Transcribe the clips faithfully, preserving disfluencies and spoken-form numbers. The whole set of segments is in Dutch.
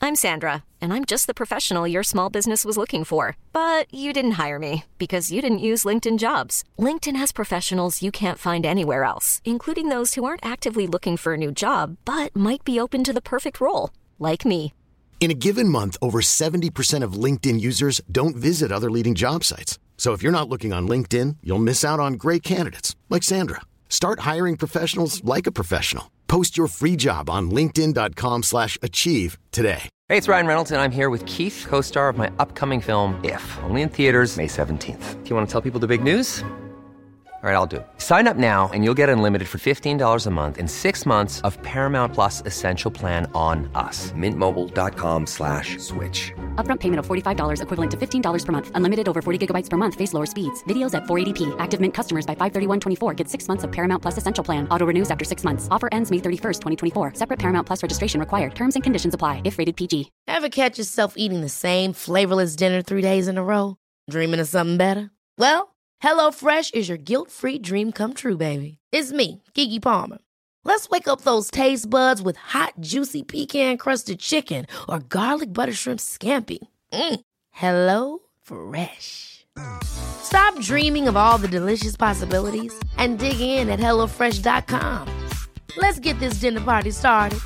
I'm Sandra, and I'm just the professional your small business was looking for. But you didn't hire me, because you didn't use LinkedIn Jobs. LinkedIn has professionals you can't find anywhere else, including those who aren't actively looking for a new job, but might be open to the perfect role, like me. In a given month, over seventy percent of LinkedIn users don't visit other leading job sites. So if you're not looking on LinkedIn, you'll miss out on great candidates, like Sandra. Start hiring professionals like a professional. Post your free job on linkedin.com slash achieve today. Hey, it's Ryan Reynolds, and I'm here with Keith, co-star of my upcoming film, If, only in theaters May seventeenth. Do you want to tell people the big news? All right, I'll do it. Sign up now and you'll get unlimited for fifteen dollars a month and six months of Paramount Plus Essential Plan on us. Mintmobile.com slash switch. Upfront payment of forty-five dollars equivalent to fifteen dollars per month. Unlimited over forty gigabytes per month. Face lower speeds. Videos at four eighty p. Active Mint customers by five thirty-one twenty-four get six months of Paramount Plus Essential Plan. Auto renews after six months. Offer ends May thirty-first, twenty twenty-four. Separate Paramount Plus registration required. Terms and conditions apply if rated P G. Ever catch yourself eating the same flavorless dinner three days in a row? Dreaming of something better? Well, HelloFresh is your guilt-free dream come true, baby. It's me, Keke Palmer. Let's wake up those taste buds with hot, juicy pecan-crusted chicken or garlic butter shrimp scampi. Mm. Hello Fresh. Stop dreaming of all the delicious possibilities and dig in at hello fresh dot com. Let's get this dinner party started.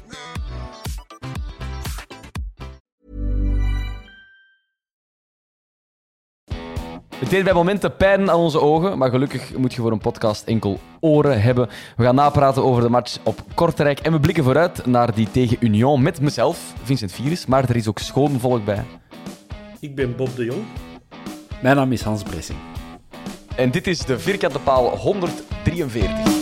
Het deed bij momenten pijn aan onze ogen, maar gelukkig moet je voor een podcast enkel oren hebben. We gaan napraten over de match op Kortrijk en we blikken vooruit naar die tegen Union met mezelf, Vincent Vieris, maar er is ook schoon volk bij. Ik ben Bob de Jong. Mijn naam is Hans Bressing. En dit is de Vierkante Paal honderddrieënveertig.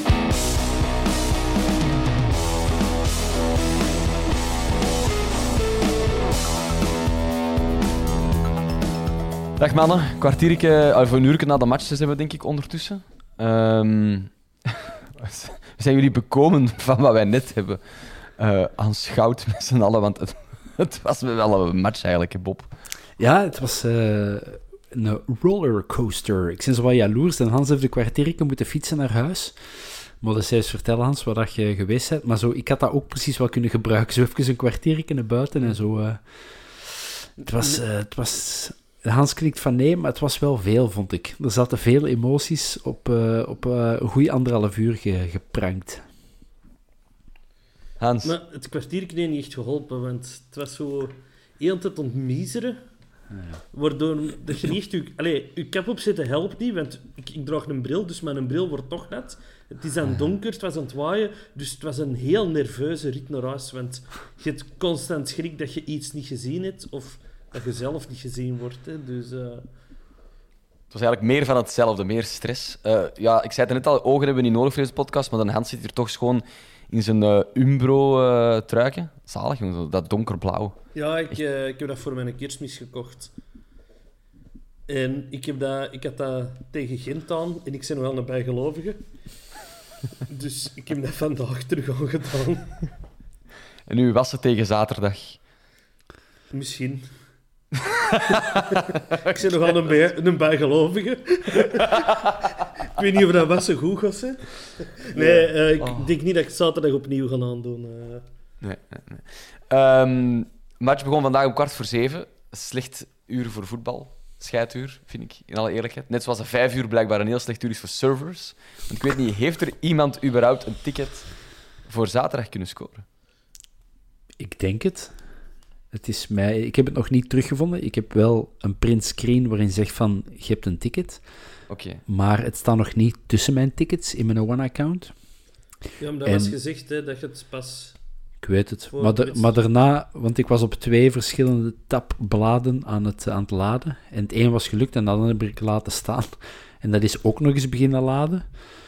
Dag mannen, kwartiertje, of een uurtje na de match zijn we denk ik ondertussen. Um, zijn jullie bekomen van wat wij net hebben uh, aanschouwd met z'n allen? Want het, het was wel een match eigenlijk, Bob. Ja, het was uh, een rollercoaster. Ik ben zo wat jaloers en Hans heeft een kwartiertje moeten fietsen naar huis. Maar dat eens vertellen, Hans, waar dat je geweest bent. Maar zo, ik had dat ook precies wel kunnen gebruiken. Zo even een kwartiertje naar buiten en zo. Uh, het was... Uh, het was Hans knikt van nee, maar het was wel veel, vond ik. Er zaten veel emoties op, uh, op uh, een goeie anderhalf uur ge, geprankt. Hans? Maar het kwartiertje heeft niet echt geholpen, want het was zo heel tijd ontmiezeren. Ah, ja. Waardoor dat je niet echt... Je, allee, je cap opzetten helpt niet, want ik, ik draag een bril, dus mijn bril wordt toch nat. Het is aan het donker, het was aan het waaien, dus het was een heel nerveuze rit naar huis, want je hebt constant schrik dat je iets niet gezien hebt, of... dat je zelf niet gezien wordt. Hè. Dus, uh... Het was eigenlijk meer van hetzelfde, meer stress. Uh, ja, ik zei het net al, ogen hebben we niet nodig voor deze podcast, maar dan Hans zit hier toch gewoon in zijn uh, Umbro-truiken. Uh, Zalig, jongen, dat donkerblauw. Ja, ik, uh, ik heb dat voor mijn kerstmis gekocht. En ik, heb dat, ik had dat tegen Gent aan en ik ben wel een bijgelovige. Dus ik heb dat vandaag terug aangedaan. En nu was het tegen zaterdag. Misschien. Ik ben nogal een, bij, een bijgelovige. Ik weet niet of dat was zo goed gaat zijn. Nee, uh, ik oh. denk niet dat ik het zaterdag opnieuw ga aandoen. Uh. Nee, nee, nee. Um, match begon vandaag om kwart voor zeven. Slecht uur voor voetbal. Scheituur, vind ik, in alle eerlijkheid. Net zoals een vijf uur blijkbaar een heel slecht uur is voor servers. Want ik weet niet, heeft er iemand überhaupt een ticket voor zaterdag kunnen scoren? Ik denk het. Het is mij... Ik heb het nog niet teruggevonden. Ik heb wel een print screen waarin zegt van, je hebt een ticket. Okay. Maar het staat nog niet tussen mijn tickets in mijn One-account. Ja, maar dat en... was gezegd, hè, dat je het pas... Ik weet het. Maar, de, maar daarna... Want ik was op twee verschillende tabbladen aan het, aan het laden. En het een was gelukt en dat andere heb ik laten staan. En dat is ook nog eens beginnen laden.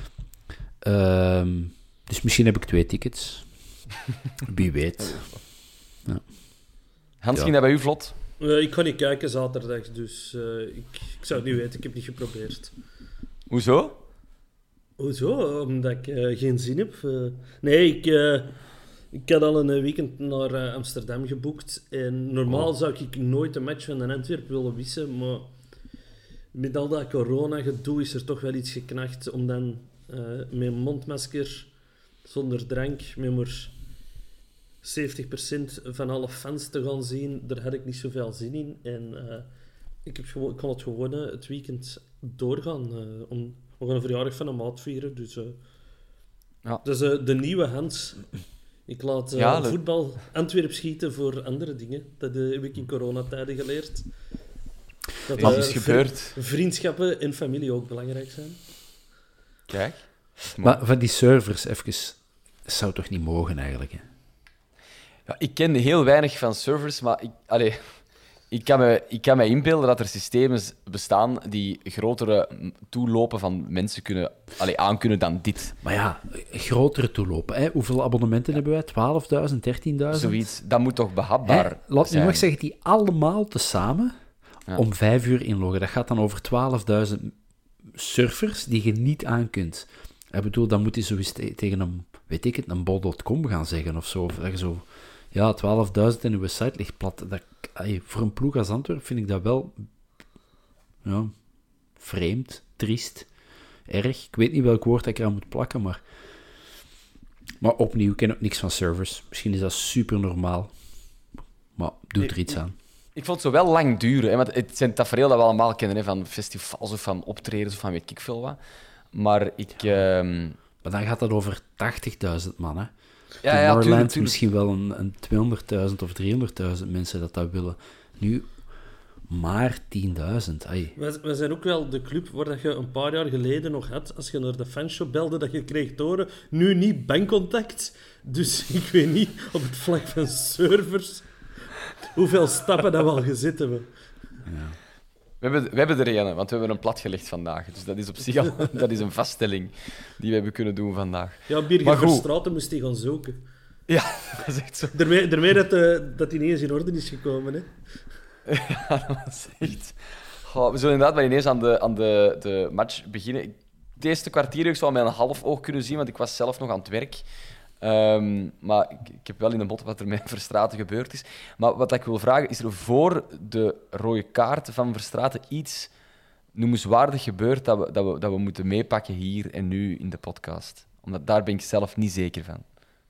Um, dus misschien heb ik twee tickets. Wie weet. Ja. Hans, ja. ging dat bij u vlot? Uh, ik ga niet kijken zaterdag, dus uh, ik, ik zou het niet weten. Ik heb niet geprobeerd. Hoezo? Hoezo? Omdat ik uh, geen zin heb. Uh, nee, ik, uh, ik had al een weekend naar uh, Amsterdam geboekt. En normaal oh. zou ik nooit een match van de Antwerpen willen wissen, maar met al dat corona-gedoe is er toch wel iets geknacht om dan uh, met een mondmasker, zonder drank, met maar zeventig procent van alle fans te gaan zien, daar had ik niet zoveel zin in. En uh, ik, heb gewoon, ik kon het gewoon uh, het weekend doorgaan. Uh, om, we gaan een verjaardag van een maat vieren, dus... Uh, ja. Dus uh, de nieuwe Hans. Ik laat uh, ja, de... voetbal Antwerp schieten voor andere dingen. Dat uh, heb ik in coronatijden geleerd. Dat Wat uh, is gebeurd? Vriendschappen en familie ook belangrijk zijn. Kijk. Maar van die servers, even... Dat zou toch niet mogen, eigenlijk, hè? Ja, ik ken heel weinig van servers, maar ik, allee, ik, kan me, ik kan me inbeelden dat er systemen bestaan die grotere toelopen van mensen kunnen, allee, aankunnen dan dit. Maar ja, grotere toelopen. Hè? Hoeveel abonnementen hebben wij? twaalfduizend, dertienduizend? Zoiets. Dat moet toch behapbaar hè? Laat zijn? me nog zeggen, die allemaal tezamen ja. om vijf uur inloggen. Dat gaat dan over twaalfduizend servers die je niet aan kunt. Ik bedoel, dan moet je zo eens te- tegen een, weet ik het, een bol punt com gaan zeggen of zo. Of dat je zo... Ja, twaalfduizend en uw site ligt plat. Dat, ay, voor een ploeg als Antwerp vind ik dat wel ja, vreemd, triest, erg. Ik weet niet welk woord ik eraan moet plakken, maar... Maar opnieuw, ik ken ook niks van servers. Misschien is dat super normaal. Maar doe er iets aan. Ik vond het zo wel lang duren. Hè, want het zijn tafereel dat we allemaal kennen, hè, van festivals of van optredens of van weet ik veel wat. Maar ik... Ja. Uh... Maar dan gaat dat over tachtigduizend man, hè. Ja, ja, Tomorrowland tuurlijk, misschien wel een, een tweehonderdduizend of driehonderdduizend mensen dat dat willen. Nu maar tienduizend. Wij, wij zijn ook wel de club waar dat je een paar jaar geleden nog had, als je naar de fanshop belde, dat je kreeg te horen, nu niet bankcontact. Dus ik weet niet, op het vlak van servers, hoeveel stappen dat we al gezet hebben. Ja. We hebben, we hebben er een, want we hebben een plat gelegd vandaag. Dus dat is op zich al dat is een vaststelling die we hebben kunnen doen vandaag. Ja, Birger Verstraeten moest hij gaan zoeken. Ja, dat is echt zo. Daarmee, daarmee dat, uh, dat hij ineens in orde is gekomen, hè. Ja, dat was echt... Oh, we zullen inderdaad maar ineens aan de, aan de, de match beginnen. Het eerste kwartier heb ik zo met een half oog kunnen zien, want ik was zelf nog aan het werk. Um, maar ik, ik heb wel in de bot wat er met Verstraeten gebeurd is. Maar wat ik wil vragen, is er voor de rode kaart van Verstraeten iets noemenswaardig gebeurd dat we, dat we, dat we moeten meepakken hier en nu in de podcast? Omdat daar ben ik zelf niet zeker van.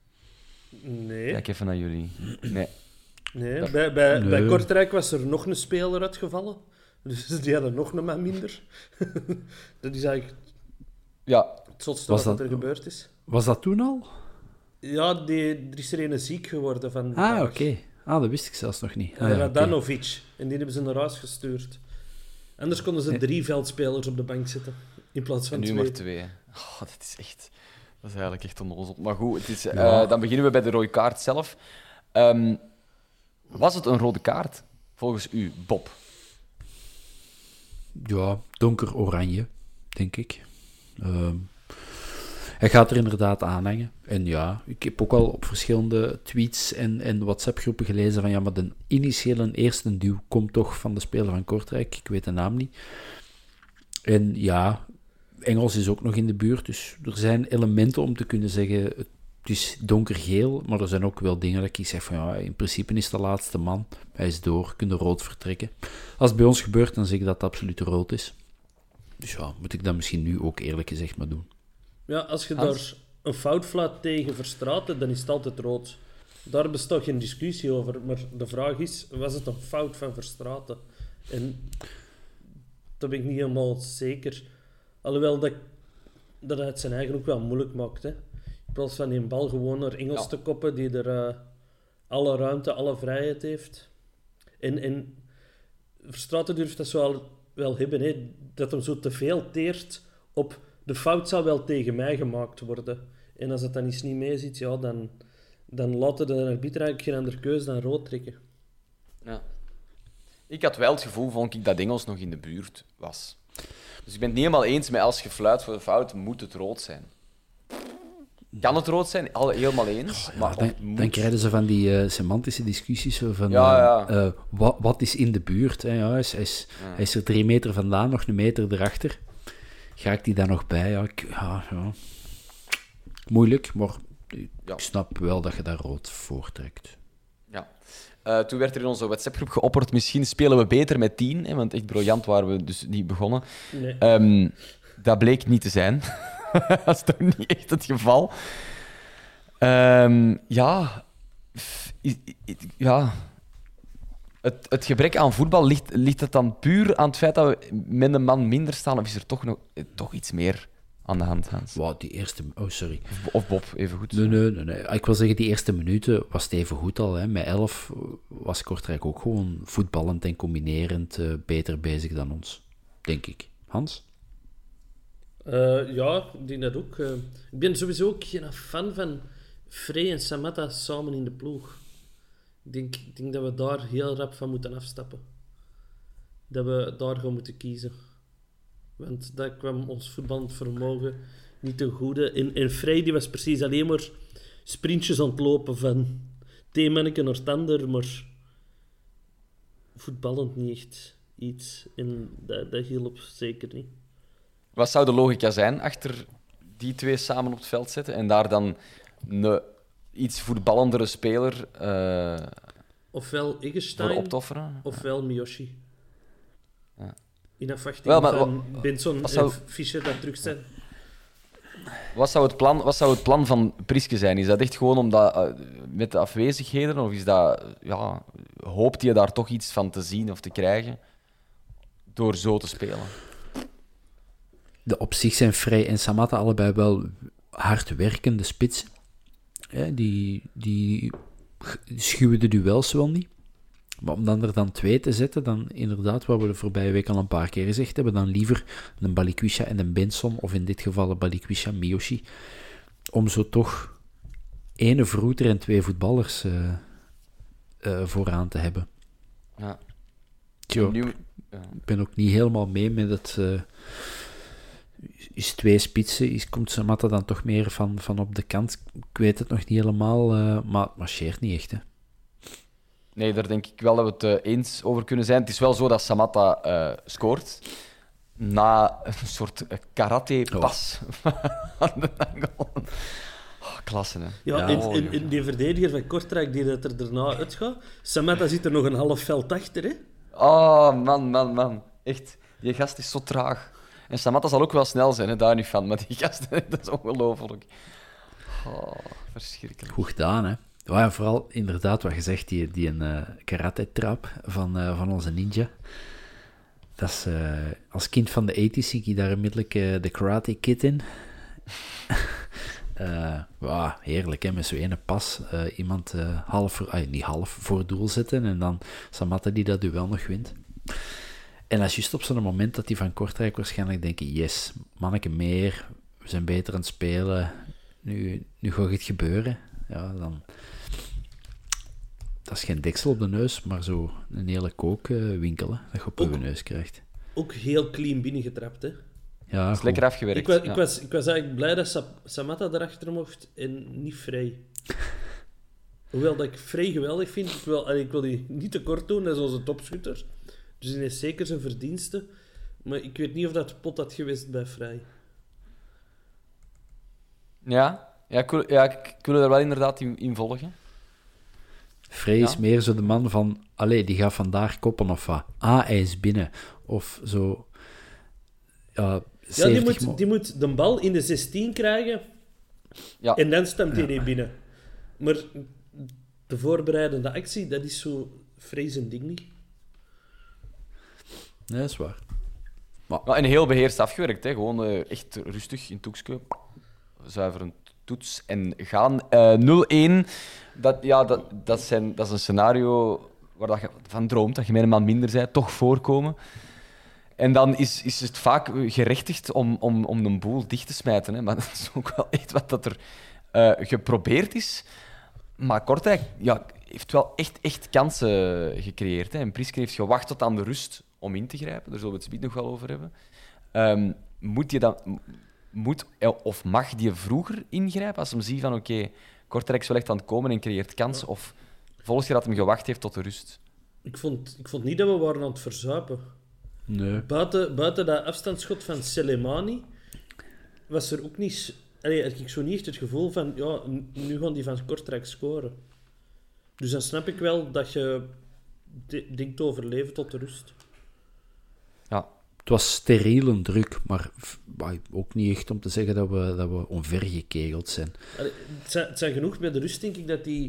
Nee. Kijk even naar jullie. Nee. Nee, dat... bij, bij, nee. bij Kortrijk was er nog een speler uitgevallen. Dus die hadden nog een man minder. Dat is eigenlijk ja. het zotste wat dat... er gebeurd is. Was dat toen al? Ja, die, er is er een ziek geworden van. Ah, oké. Okay. Ah, dat wist ik zelfs nog niet. Ah, ja, Radanovic. Okay. En die hebben ze naar huis gestuurd. Anders konden ze drie veldspelers op de bank zetten. In plaats van en nu twee. maar twee. Oh, dat is echt... Dat is eigenlijk echt onnozel. Maar goed, het is, ja. uh, dan beginnen we bij de rode kaart zelf. Um, was het een rode kaart, volgens u, Bob? Ja, donker-oranje, denk ik. Um, hij gaat er inderdaad aanhangen. En ja, ik heb ook al op verschillende tweets en, en WhatsApp-groepen gelezen van ja, maar de initiële eerste duw komt toch van de speler van Kortrijk. Ik weet de naam niet. En ja, Engels is ook nog in de buurt, dus er zijn elementen om te kunnen zeggen, het is donkergeel, maar er zijn ook wel dingen dat ik zeg van ja, in principe is de laatste man, hij is door, kunnen rood vertrekken. Als het bij ons gebeurt, dan zeg ik dat het absoluut rood is. Dus ja, moet ik dat misschien nu ook eerlijk gezegd maar doen. Ja, als je Hans? daar een fout flaat tegen Verstraeten, dan is het altijd rood. Daar bestaat geen discussie over, maar de vraag is, was het een fout van Verstraeten? En dat ben ik niet helemaal zeker. Alhoewel dat, dat het zijn eigen ook wel moeilijk maakt. Hè? In plaats van die bal gewoon naar Engels ja. te koppen, die er uh, alle ruimte, alle vrijheid heeft. En, en Verstraeten durft dat zo al wel hebben, hè? Dat hem zo te veel teert op de fout zou wel tegen mij gemaakt worden. En als het dan eens niet mee zit, ja, dan, dan laat de arbiter eigenlijk geen andere keuze dan rood trekken. Ja. Ik had wel het gevoel, vond ik, dat Engels nog in de buurt was. Dus ik ben het niet helemaal eens met als je fluit voor de fout, moet het rood zijn. Kan het rood zijn? Al helemaal eens. Oh, ja, maar dan, moet... dan krijgen ze van die uh, semantische discussies van ja, ja. Uh, uh, wat, wat is in de buurt? Hè? Ja, hij, is, hij, is, ja. hij is er drie meter vandaan, nog een meter erachter. Ga ik die daar nog bij? Ja, ik, ja, ja. Moeilijk, maar ik ja. snap wel dat je daar rood voortrekt. Ja. Uh, toen werd er in onze WhatsApp-groep geopperd, misschien spelen we beter met tien, hè, want echt briljant waren we dus niet begonnen. Nee. Um, dat bleek niet te zijn. Dat is toch niet echt het geval. Um, ja, I- I- Ja... Het, het gebrek aan voetbal, ligt, ligt het dan puur aan het feit dat we met een man minder staan? Of is er toch nog toch iets meer aan de hand, Hans? Wow, die eerste... Oh, sorry. Of, of Bob, even goed. Nee, nee, nee, nee. Ik wil zeggen, die eerste minuten was het even goed al. Hè. Met elf was Kortrijk ook gewoon voetballend en combinerend uh, beter bezig dan ons. Denk ik. Hans? Uh, ja, ik denk dat ook. Uh, ik ben sowieso ook geen fan van Frey en Samatta samen in de ploeg. Ik denk, ik denk dat we daar heel rap van moeten afstappen. Dat we daar gaan moeten kiezen. Want dat kwam ons voetballend vermogen niet ten goede. En, en Frey die was precies alleen maar sprintjes aan het lopen van het een manneke naar het ander, maar voetballend niet echt iets. En dat, dat hielp zeker niet. Wat zou de logica zijn achter die twee samen op het veld zetten en daar dan een iets voetballendere speler uh, ofwel Eggestein, voor op te offeren? Ofwel Miyoshi. Ja. In afwachting Wel, maar, van Benson zou... en Fischer dat terug zijn. Wat zou, het plan, wat zou het plan van Priske zijn? Is dat echt gewoon omdat, uh, met de afwezigheden? Of is dat, ja, hoopt je daar toch iets van te zien of te krijgen door zo te spelen? De op zich zijn Frey en Samatta allebei wel hard werkende spitsen. Ja, die, die schuwen de duels wel niet. Maar om dan er dan twee te zetten, dan inderdaad, wat we de voorbije week al een paar keer gezegd hebben, dan liever een Balikwisha en een Benson, of in dit geval een Balikwisha Miyoshi, om zo toch ene vroeter en twee voetballers uh, uh, vooraan te hebben. Ja. Tjo, Nieuw... ja. Ik ben ook niet helemaal mee met het... Uh, is twee spitsen, is, komt Samatta dan toch meer van, van op de kant? Ik weet het nog niet helemaal, uh, maar het marcheert niet echt, hè. Nee, daar denk ik wel dat we het uh, eens over kunnen zijn. Het is wel zo dat Samatta uh, scoort na een soort uh, karate-pas oh. aan de angel. Oh, klasse, hè. Ja, ja en, oh, en, en die verdediger van Kortrijk die dat er daarna uitgaat, Samatta zit er nog een half veld achter, hè? Oh, man, man, man. Echt, die gast is zo traag. En Samatta zal ook wel snel zijn, hè, daar niet van. Maar die gast, dat is ongelooflijk. Oh, verschrikkelijk. Goed gedaan, hè. Ja, vooral inderdaad wat je zegt, die, die een uh, karate-trap van, uh, van onze ninja. Dat is, uh, als kind van de tachtig zie ik daar onmiddellijk uh, de Karate Kid in. uh, wow, heerlijk, hè, met zo'n ene pas. Uh, iemand uh, half, uh, niet half, voor het doel zetten en dan Samatta die dat duel nog wint. En dat is juist op zo'n moment dat die van Kortrijk waarschijnlijk denken, yes, manneke meer, we zijn beter aan het spelen, nu, nu gaat het gebeuren. Ja, dan... Dat is geen deksel op de neus, maar zo een hele kookwinkel, hè, dat je op je neus krijgt. Ook heel clean binnengetrapt, hè. Ja, dat is lekker afgewerkt. Ik was, ja. ik, was, ik was eigenlijk blij dat Sa- Samatta erachter mocht en niet Frey. Hoewel dat ik Frey geweldig vind. Ik wil, ik wil die niet te kort doen, dat is onze topschutter. Dus die heeft zeker zijn verdiensten. Maar ik weet niet of dat pot had geweest bij Frey. Ja, ja, ik, wil, ja, ik wil er wel inderdaad in, in volgen. Frey ja. is meer zo de man van... Allee, die gaat vandaag koppen of wat. Ah, hij is binnen. Of zo... Ja, ja die, moet, mo- die moet de bal in de zestien krijgen. Ja. En dan stemt hij ja. binnen. Maar de voorbereidende actie, dat is zo Frey zijn ding niet. Nee, dat is waar. Maar... Ja, en heel beheerst afgewerkt, hè. Gewoon uh, echt rustig in toekske. Zuiverend toets en gaan. Uh, nul-één, dat, ja, dat, dat, zijn, dat is een scenario waar dat je van droomt, dat je met een man minder bent, toch voorkomen. En dan is, is het vaak gerechtigd om, om, om een boel dicht te smijten. Hè. Maar dat is ook wel echt wat dat er uh, geprobeerd is. Maar Kortrijk ja, heeft wel echt, echt kansen gecreëerd. Hè. En Priske heeft gewacht tot aan de rust om in te grijpen. Daar zullen we het zo nog wel over hebben. Um, moet je dan... Moet of mag die vroeger ingrijpen als hem ziet van oké, okay, Kortrijk is wel echt aan het komen en creëert kansen? Of volgens je dat hem gewacht heeft tot de rust? Ik vond, ik vond niet dat we waren aan het verzuipen. Nee. Buiten, buiten dat afstandsschot van Selemani was er ook niet... Allee, had ik zo niet echt het gevoel van ja, nu gaan die van Kortrijk scoren. Dus dan snap ik wel dat je de, denkt te overleven tot de rust. Ja. Het was steriel en druk, maar ook niet echt om te zeggen dat we, dat we onvergekegeld zijn. Allee, het, zijn, het zijn genoeg bij de rust, denk ik, dat die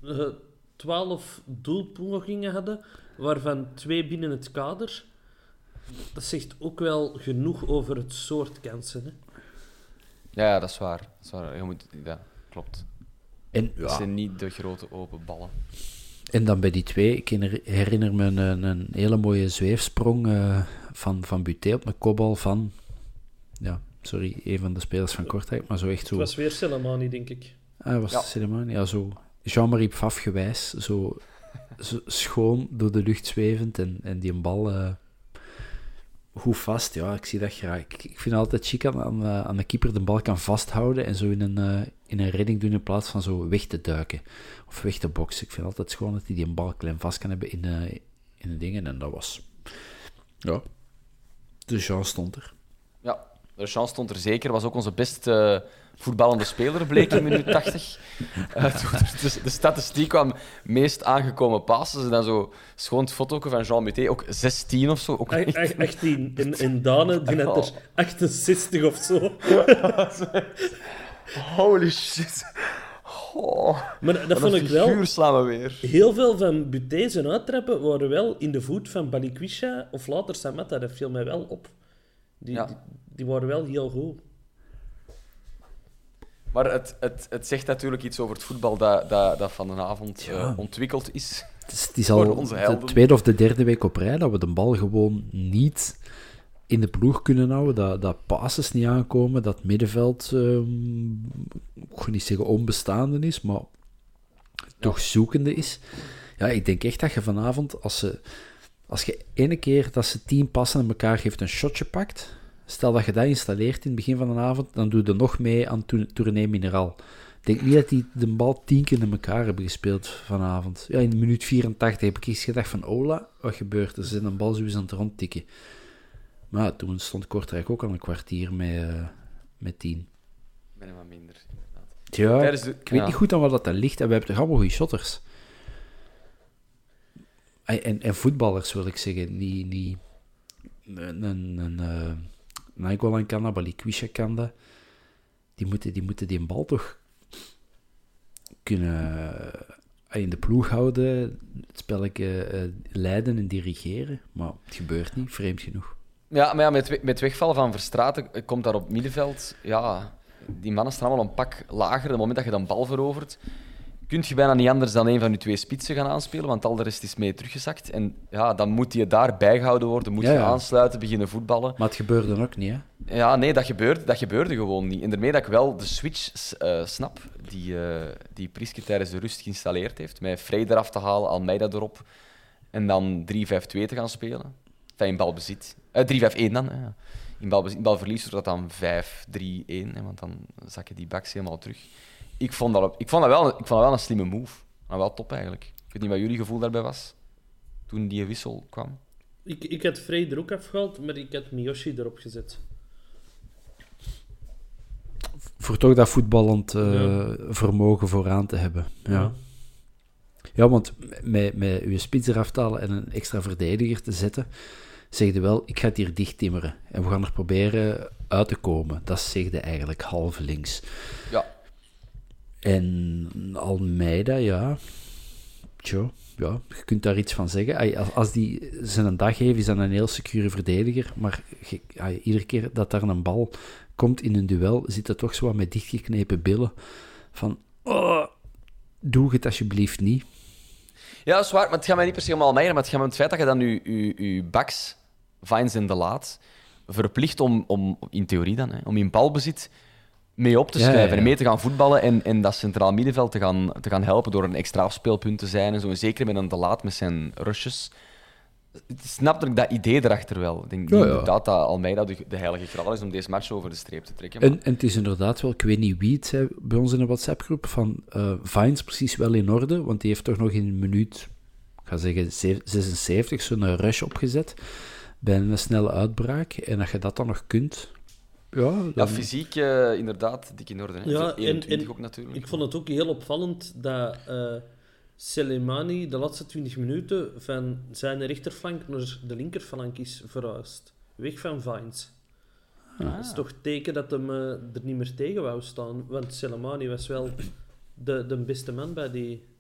uh, twaalf doelpogingen hadden, waarvan twee binnen het kader. Dat zegt ook wel genoeg over het soort kansen. Hè? Ja, ja, dat is waar. Dat is waar. Je moet, ja, klopt. En, Het ja. zijn niet de grote open ballen. En dan bij die twee, ik herinner me een, een hele mooie zweefsprong uh, van, van Buté op een kopbal van, ja, sorry, een van de spelers van Kortrijk, maar zo echt zo... Het was weer Selemani, denk ik. Ah, was Ja. het Selemani? Ja, zo Jean-Marie Pfaff gewijs, zo, zo schoon door de lucht zwevend en, en die een bal... Uh, hoe vast, ja, ik zie dat graag. Ik, ik vind het altijd chic aan, aan, uh, aan de keeper de bal kan vasthouden en zo in een, uh, in een redding doen in plaats van zo weg te duiken of weg te boksen. Ik vind het altijd schoon dat hij die een bal klein vast kan hebben in, uh, in de dingen en dat was... Ja, de Jean stond er. Ja, de chance stond er zeker. Was ook onze best uh, voetballende speler, bleek in minuut tachtig. Uh, de, de statistiek kwam meest aangekomen passes. En dan zo schoon het foto van Jean Buté, ook zestien of zo. Ook echt... Ach- achttien. En, en Dane, die had er achtenzestig of zo. Holy shit. Oh, Maar dat vond ik wel... figuur slaan we weer. Heel veel van Buté zijn uittrappen waren wel in de voet van Balikwisha of later Samatta. Dat viel mij wel op. Die, Ja. die, die waren wel heel goed. Maar het, het, het zegt natuurlijk iets over het voetbal dat, dat, dat van de avond Ja. uh, ontwikkeld is. Het is, het is Voor al onze de helden. tweede of de derde week op rij dat we de bal gewoon niet in de ploeg kunnen houden, dat, dat passes niet aankomen, dat het middenveld, um, ik ga niet zeggen onbestaande is, maar toch zoekende is. Ja, ik denk echt dat je vanavond, als, ze, als je ene keer dat ze tien passen aan elkaar geeft, een shotje pakt, stel dat je dat installeert in het begin van de avond, dan doe je nog mee aan Tour- Tournee Mineral. Ik denk niet dat die de bal tien keer in elkaar hebben gespeeld vanavond. Ja, in minuut vierentachtig heb ik eens gedacht van, Ola, wat gebeurt er? Ze zijn een bal zo eens aan het rondtikken. Maar ja, toen stond Kortrijk ook al een kwartier met, uh, met tien. Ik ben er wat minder, inderdaad. Ja, Tijdens de- ik weet ja. niet goed aan wat dat dan ligt. En we hebben toch allemaal goede shotters. En, en, en voetballers, wil ik zeggen. Niet... niet een... een, een uh, Nainggolan kan dat, Balikwisha kan dat. Die moeten, die moeten die een bal toch kunnen uh, in de ploeg houden, het spelletje uh, leiden en dirigeren. Maar het gebeurt niet, vreemd genoeg. Ja, maar ja, met, we- met wegvallen van Verstraeten komt daar op het middenveld... Ja, die mannen staan allemaal een pak lager. Op het moment dat je dan bal verovert, kun je bijna niet anders dan een van je twee spitsen gaan aanspelen, want al de rest is mee teruggezakt. En ja, dan moet je daar bijgehouden worden, moet Ja, je ja. aansluiten, beginnen voetballen. Maar het gebeurde ook niet, hè? Ja, nee, dat gebeurde, dat gebeurde gewoon niet. En daarmee dat ik wel de switch uh, snap die, uh, die Priske tijdens de rust geïnstalleerd heeft, met Frey eraf te halen, Almeida erop, en dan drie vijf twee te gaan spelen. Enfin, in balbezit. Uh, drie vijf een dan, hè. In balbezit, in balverlies wordt dat dan vijf drie een, hè, want dan zakken die backs helemaal terug. Ik vond dat, ik vond dat, wel, ik vond dat wel een slimme move. Maar wel top, eigenlijk. Ik weet niet wat jullie gevoel daarbij was, toen die wissel kwam. Ik, ik had Frey er ook afgehaald, maar ik had Miyoshi erop gezet. Voor toch dat voetballend uh, Ja. vermogen vooraan te hebben. Ja, ja. ja want met, met uw spits eraf te halen en een extra verdediger te zetten, zeg je wel, ik ga het hier dicht timmeren. En we gaan er proberen uit te komen. Dat zeg je eigenlijk halve links. Ja. En Almeida, ja... Tjo, ja, je kunt daar iets van zeggen. Als, als die zijn een dag heeft, is dat een heel secure verdediger. Maar je, ay, iedere keer dat daar een bal komt in een duel, zit het toch zo wat met dichtgeknepen billen. Van, oh, doe het alsjeblieft niet. Ja, dat is waar, maar het gaat mij niet per se om Almeida, maar het gaat me om het feit dat je dan je, je, je backs, Vines en De Laat, verplicht om, om in theorie dan, hè, om in balbezit mee op te Ja, schrijven ja, ja. en mee te gaan voetballen en, en dat centraal middenveld te gaan, te gaan helpen door een extra afspeelpunt te zijn en zo. En zeker met een De Laat met zijn rushes. Ik snap dat ik dat idee erachter wel. Ik denk Ja, niet ja. inderdaad dat Almeida de, de heilige graal is om deze match over de streep te trekken. Maar... En, en het is inderdaad wel, ik weet niet wie het zei bij ons in de WhatsApp-groep, van uh, Vines precies wel in orde, want die heeft toch nog in een minuut, ik ga zeggen zesenzeventig, zo'n rush opgezet bij een snelle uitbraak. En als je dat dan nog kunt... Ja, dan... Ja, fysiek uh, inderdaad dik in orde. Hè. Ja, Zo en, eenentwintig en ook natuurlijk. ik vond het ook heel opvallend dat uh, Selemani de laatste twintig minuten van zijn rechterflank naar de linkerflank is verhuisd. Weg van Vines. Ah. Dat is toch teken dat hem uh, er niet meer tegen wou staan. Want Selemani was wel de, de beste man bij die,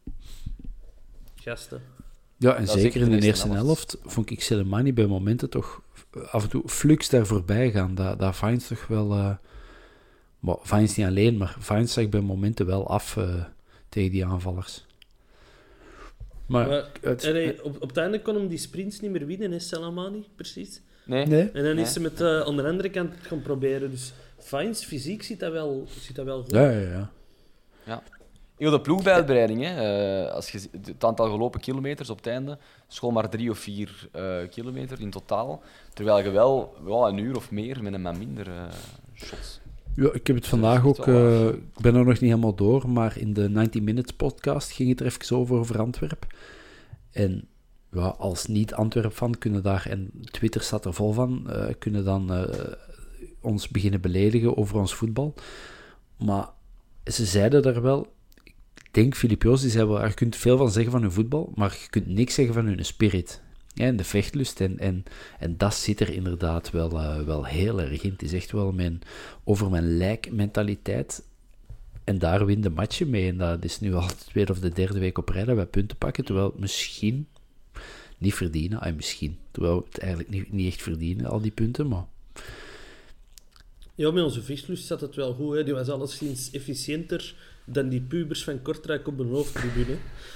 Gasten. Ja, en Ja, zeker zeker in de de eerste eerste helft. helft vond ik Soleimani bij momenten toch af en toe flux daar voorbij gaan. Dat, dat Vines toch wel... Uh, well, Vines niet alleen, maar Vines zag bij momenten wel af uh, tegen die aanvallers. Maar, Maar, het, en hij, op, op het einde kon hem die sprints niet meer winnen, is Salamani, precies. Nee? nee? En dan Nee. is ze met uh, aan de andere kant gaan proberen. Dus Fines fysiek ziet dat wel, ziet dat wel goed. Ja, ja, ja. Ja. Heel de ploegbijbreiding, hè. Uh, als je zi- het aantal gelopen kilometers op het einde, school maar drie of vier uh, kilometer in totaal. Terwijl je wel, wel een uur of meer met een maar minder uh, shots. Ja, ik heb het vandaag ook... Uh, ik ben er nog niet helemaal door, maar in de negentig minutes podcast ging het er even over, over Antwerpen. En ja, als niet-Antwerp-fan kunnen daar... En Twitter staat er vol van, uh, kunnen dan uh, ons beginnen beledigen over ons voetbal. Maar ze zeiden daar wel... Ik denk, Filip Joos, die zei wel... Je kunt veel van zeggen van hun voetbal, maar je kunt niks zeggen van hun spirit. Ja, en de vechtlust. En, en, en dat zit er inderdaad wel, uh, wel heel erg in. Het is echt wel mijn over mijn lijk mentaliteit. En daar win de matchen mee. En dat is nu al de tweede of de derde week op rij dat wij punten pakken. Terwijl we het misschien niet verdienen. Ah, misschien. Terwijl we het eigenlijk niet, niet echt verdienen, al die punten. Maar... Ja, met onze vistlust zat het wel goed. Hè. Die was alleszins efficiënter dan die pubers van Kortrijk op de hoofdtribune.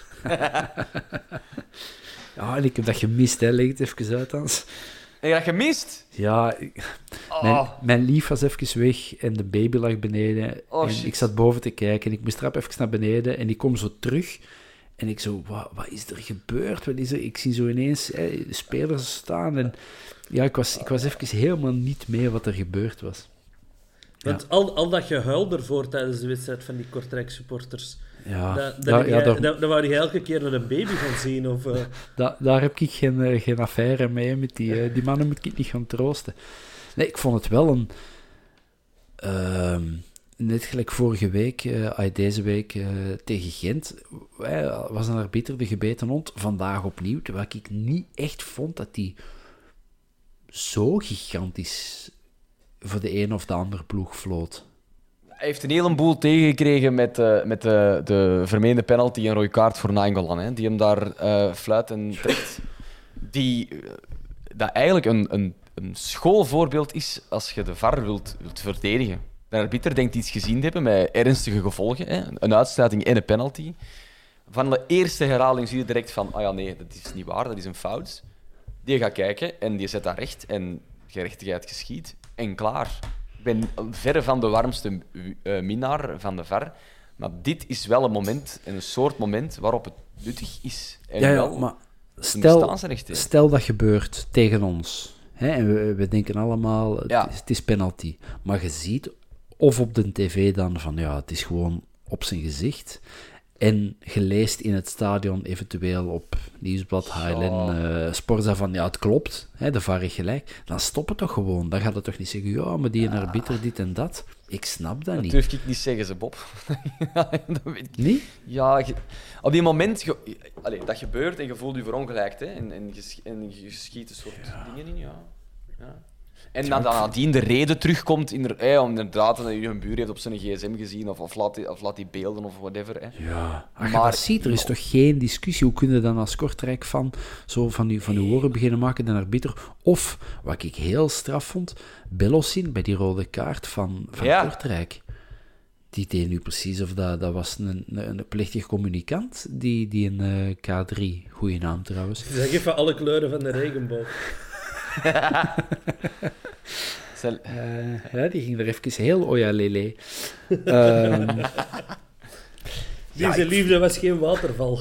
Ja, en ik heb dat gemist, hè. Leg het even uit, Hans. Heb je dat gemist? Ja, ik- Oh. mijn, mijn lief was even weg en de baby lag beneden. Oh, en shit. ik zat boven te kijken en ik moest trap even naar beneden en ik kom zo terug. En ik zo, wat, wat is er gebeurd? Wat is er? Ik zie zo ineens hè, spelers staan. En ja, ik was, ik was even helemaal niet mee wat er gebeurd was. Want al, al dat gehuil ervoor tijdens de wedstrijd van die Kortrijk supporters, Ja, dat, dat, daar, heb ja, jij- daar, dat, dat wou je elke keer naar een baby gaan zien. Of, uh, da- daar heb ik geen, eh, geen affaire mee. Met die, eh, die mannen moet ik niet gaan troosten. Nee, ik vond het wel een... ehm, net gelijk vorige week, eh, ah, deze week eh, tegen Gent, eh, was een arbiter de gebeten hond. Vandaag opnieuw, terwijl ik niet echt vond dat die zo gigantisch voor de een of de andere ploeg floot. Hij heeft een heleboel tegengekregen met, uh, met de, de vermeende penalty en rode kaart voor Nainggolan, hè, die hem daar uh, fluit en trekt. Die, uh, dat eigenlijk een, een, een schoolvoorbeeld is als je de V A R wilt, wilt verdedigen. De arbiter denkt iets gezien te hebben met ernstige gevolgen, hè, een uitsluiting en een penalty. Van de eerste herhaling zie je direct van, ah ja, nee, dat is niet waar, dat is een fout. Die gaat kijken en die zet dat recht en gerechtigheid geschiet en klaar. Ik ben verre van de warmste uh, minnaar van de V A R, maar dit is wel een moment, een soort moment waarop het nuttig is. En Ja, ja, wel maar een stel, bestaansrecht heeft. stel dat gebeurt tegen ons. Hè, en we, we denken allemaal, het, Ja. is, het is penalty. Maar je ziet, of op de tv dan, van ja, het is gewoon op zijn gezicht. En je leest in het stadion eventueel op Nieuwsblad, H L N, uh, Sporza van ja, het klopt, hè, de V A R heeft gelijk. Dan stop het toch gewoon. Dan gaat het toch niet zeggen, ja, maar die een arbiter dit en dat. Ik snap dat Dat niet. durf ik niet zeggen, ze Bob. Ja, dat weet ik. Niet? Ja, je- op die moment, je, allee, dat gebeurt en je voelt je verongelijkt, hè, en, en, je, sch- en je schiet een soort dingen in, ja. ja. En dan, dan nadien de reden terugkomt, in de, eh, om inderdaad dat je een buur heeft op zijn gsm gezien, of, of, laat, die, of laat die beelden of whatever. Hè. Ja, als je Maar- dat ziet, er is toch geen discussie. Hoe kun je dan als Kortrijk van zo van je, van je woorden beginnen maken, de arbiter? Of, wat ik heel straf vond, Bellosin bij die rode kaart van, van Ja. Kortrijk. Die deed nu precies of dat, dat was een, een, een plechtig communicant, die, die een eh, K drie, goede naam trouwens. zeg even alle kleuren van de regenboog. Stel- Eh, ja, die ging er even heel oja lele. Ehm, Deze liefde was geen waterval.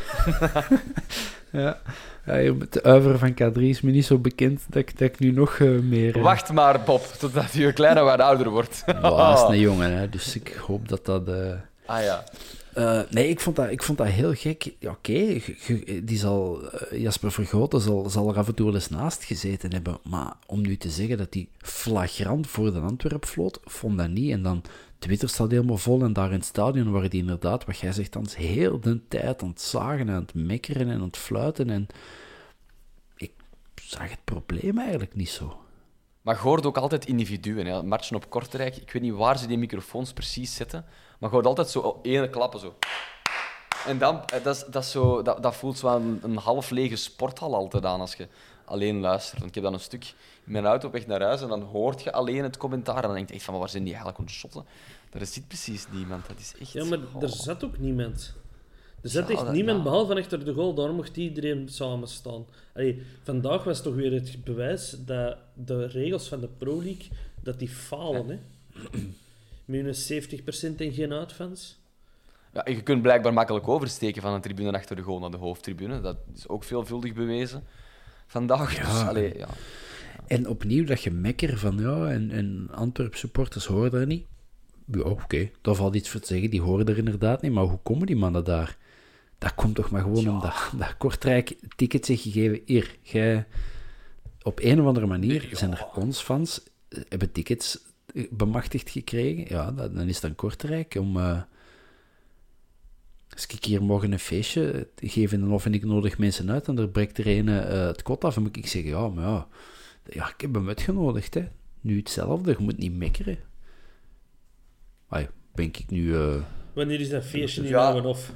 ja, ja, het uiveren van K drie is me niet zo bekend dat ik, dat ik nu nog eh, meer... eh, Wacht maar, Bob, totdat je kleine wat ouder wordt. Ja, is een jongen, hè, dus ik hoop dat dat... eh, Ah ja. eh, nee, ik vond, dat, ik vond dat heel gek. Ja, oké, ge- ge- die zal, eh, Jasper Vergoten zal, zal er af en toe wel eens naast gezeten hebben, maar om nu te zeggen dat hij flagrant voor de Antwerp floot, vond dat niet. En dan Twitter staat helemaal vol en daar in het stadion waren die inderdaad, wat jij zegt, dan heel de tijd aan het zagen en aan het mekkeren en aan het fluiten. En ik zag het probleem eigenlijk niet zo. Maar je hoort ook altijd individuen. Hè. Matchen op Kortrijk, ik weet niet waar ze die microfoons precies zetten, maar je hoort altijd zo ene klappen, zo. En dan, dat, is, dat, is zo, dat, dat voelt zo een, een half lege sporthal altijd aan als je alleen luistert. Want ik heb dan een stuk in mijn auto op weg naar huis en dan hoort je alleen het commentaar. En dan denk je echt van, maar waar zijn die eigenlijk aan het shotten? Daar zit precies niemand. Dat is echt... Ja, maar oh. er zat ook niemand. Er zat Ja, echt dat- niemand ja. behalve achter de goal. Daar mocht iedereen samen staan. Allee, vandaag was toch weer het bewijs dat de regels van de Pro League dat die falen. Hè? Met hun zeventig procent en geen uitfans. Ja, je kunt blijkbaar makkelijk oversteken van een tribune achter de goal naar de hoofdtribune. Dat is ook veelvuldig bewezen vandaag. Ja. Dus, allee, ja. En opnieuw dat je mekker van, ja, en, en Antwerp supporters horen er niet. Ja, oké, okay, daar valt iets voor te zeggen. Die horen er inderdaad niet. Maar hoe komen die mannen daar? Dat komt toch maar gewoon omdat dat Kortrijk tickets heeft gegeven. Hier, jij... Op een of andere manier zijn er ons fans, eh, hebben tickets eh, bemachtigd gekregen. Ja, dat, dan is het dan Kortrijk om... Uh, als ik hier morgen een feestje geef en of en ik nodig mensen uit en er breekt er een uh, het kot af, dan moet ik zeggen, ja, maar ja, ja, ik heb hem uitgenodigd, hè. Nu hetzelfde, je moet niet mekkeren. Ai, ben ik nu... Uh... Wanneer is dat feestje niet Ja. nou of?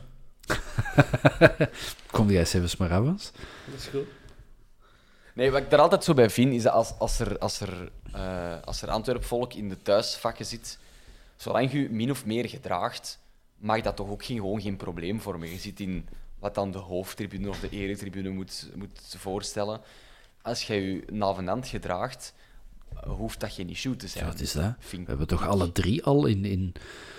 Kom jij eens even maar af, Hans? Dat is goed. Nee, wat ik daar altijd zo bij vind, is dat als, als er, als er, uh, als er Antwerpvolk in de thuisvakken zit, zolang je je min of meer gedraagt, mag dat toch ook geen, gewoon geen probleem vormen. Je zit in wat dan de hoofdtribune of de eretribune moet, moet voorstellen. Als jij je navenant gedraagt, hoeft dat geen issue te zijn. Ja, wat is dat? Vind We hebben toch alle drie al in... in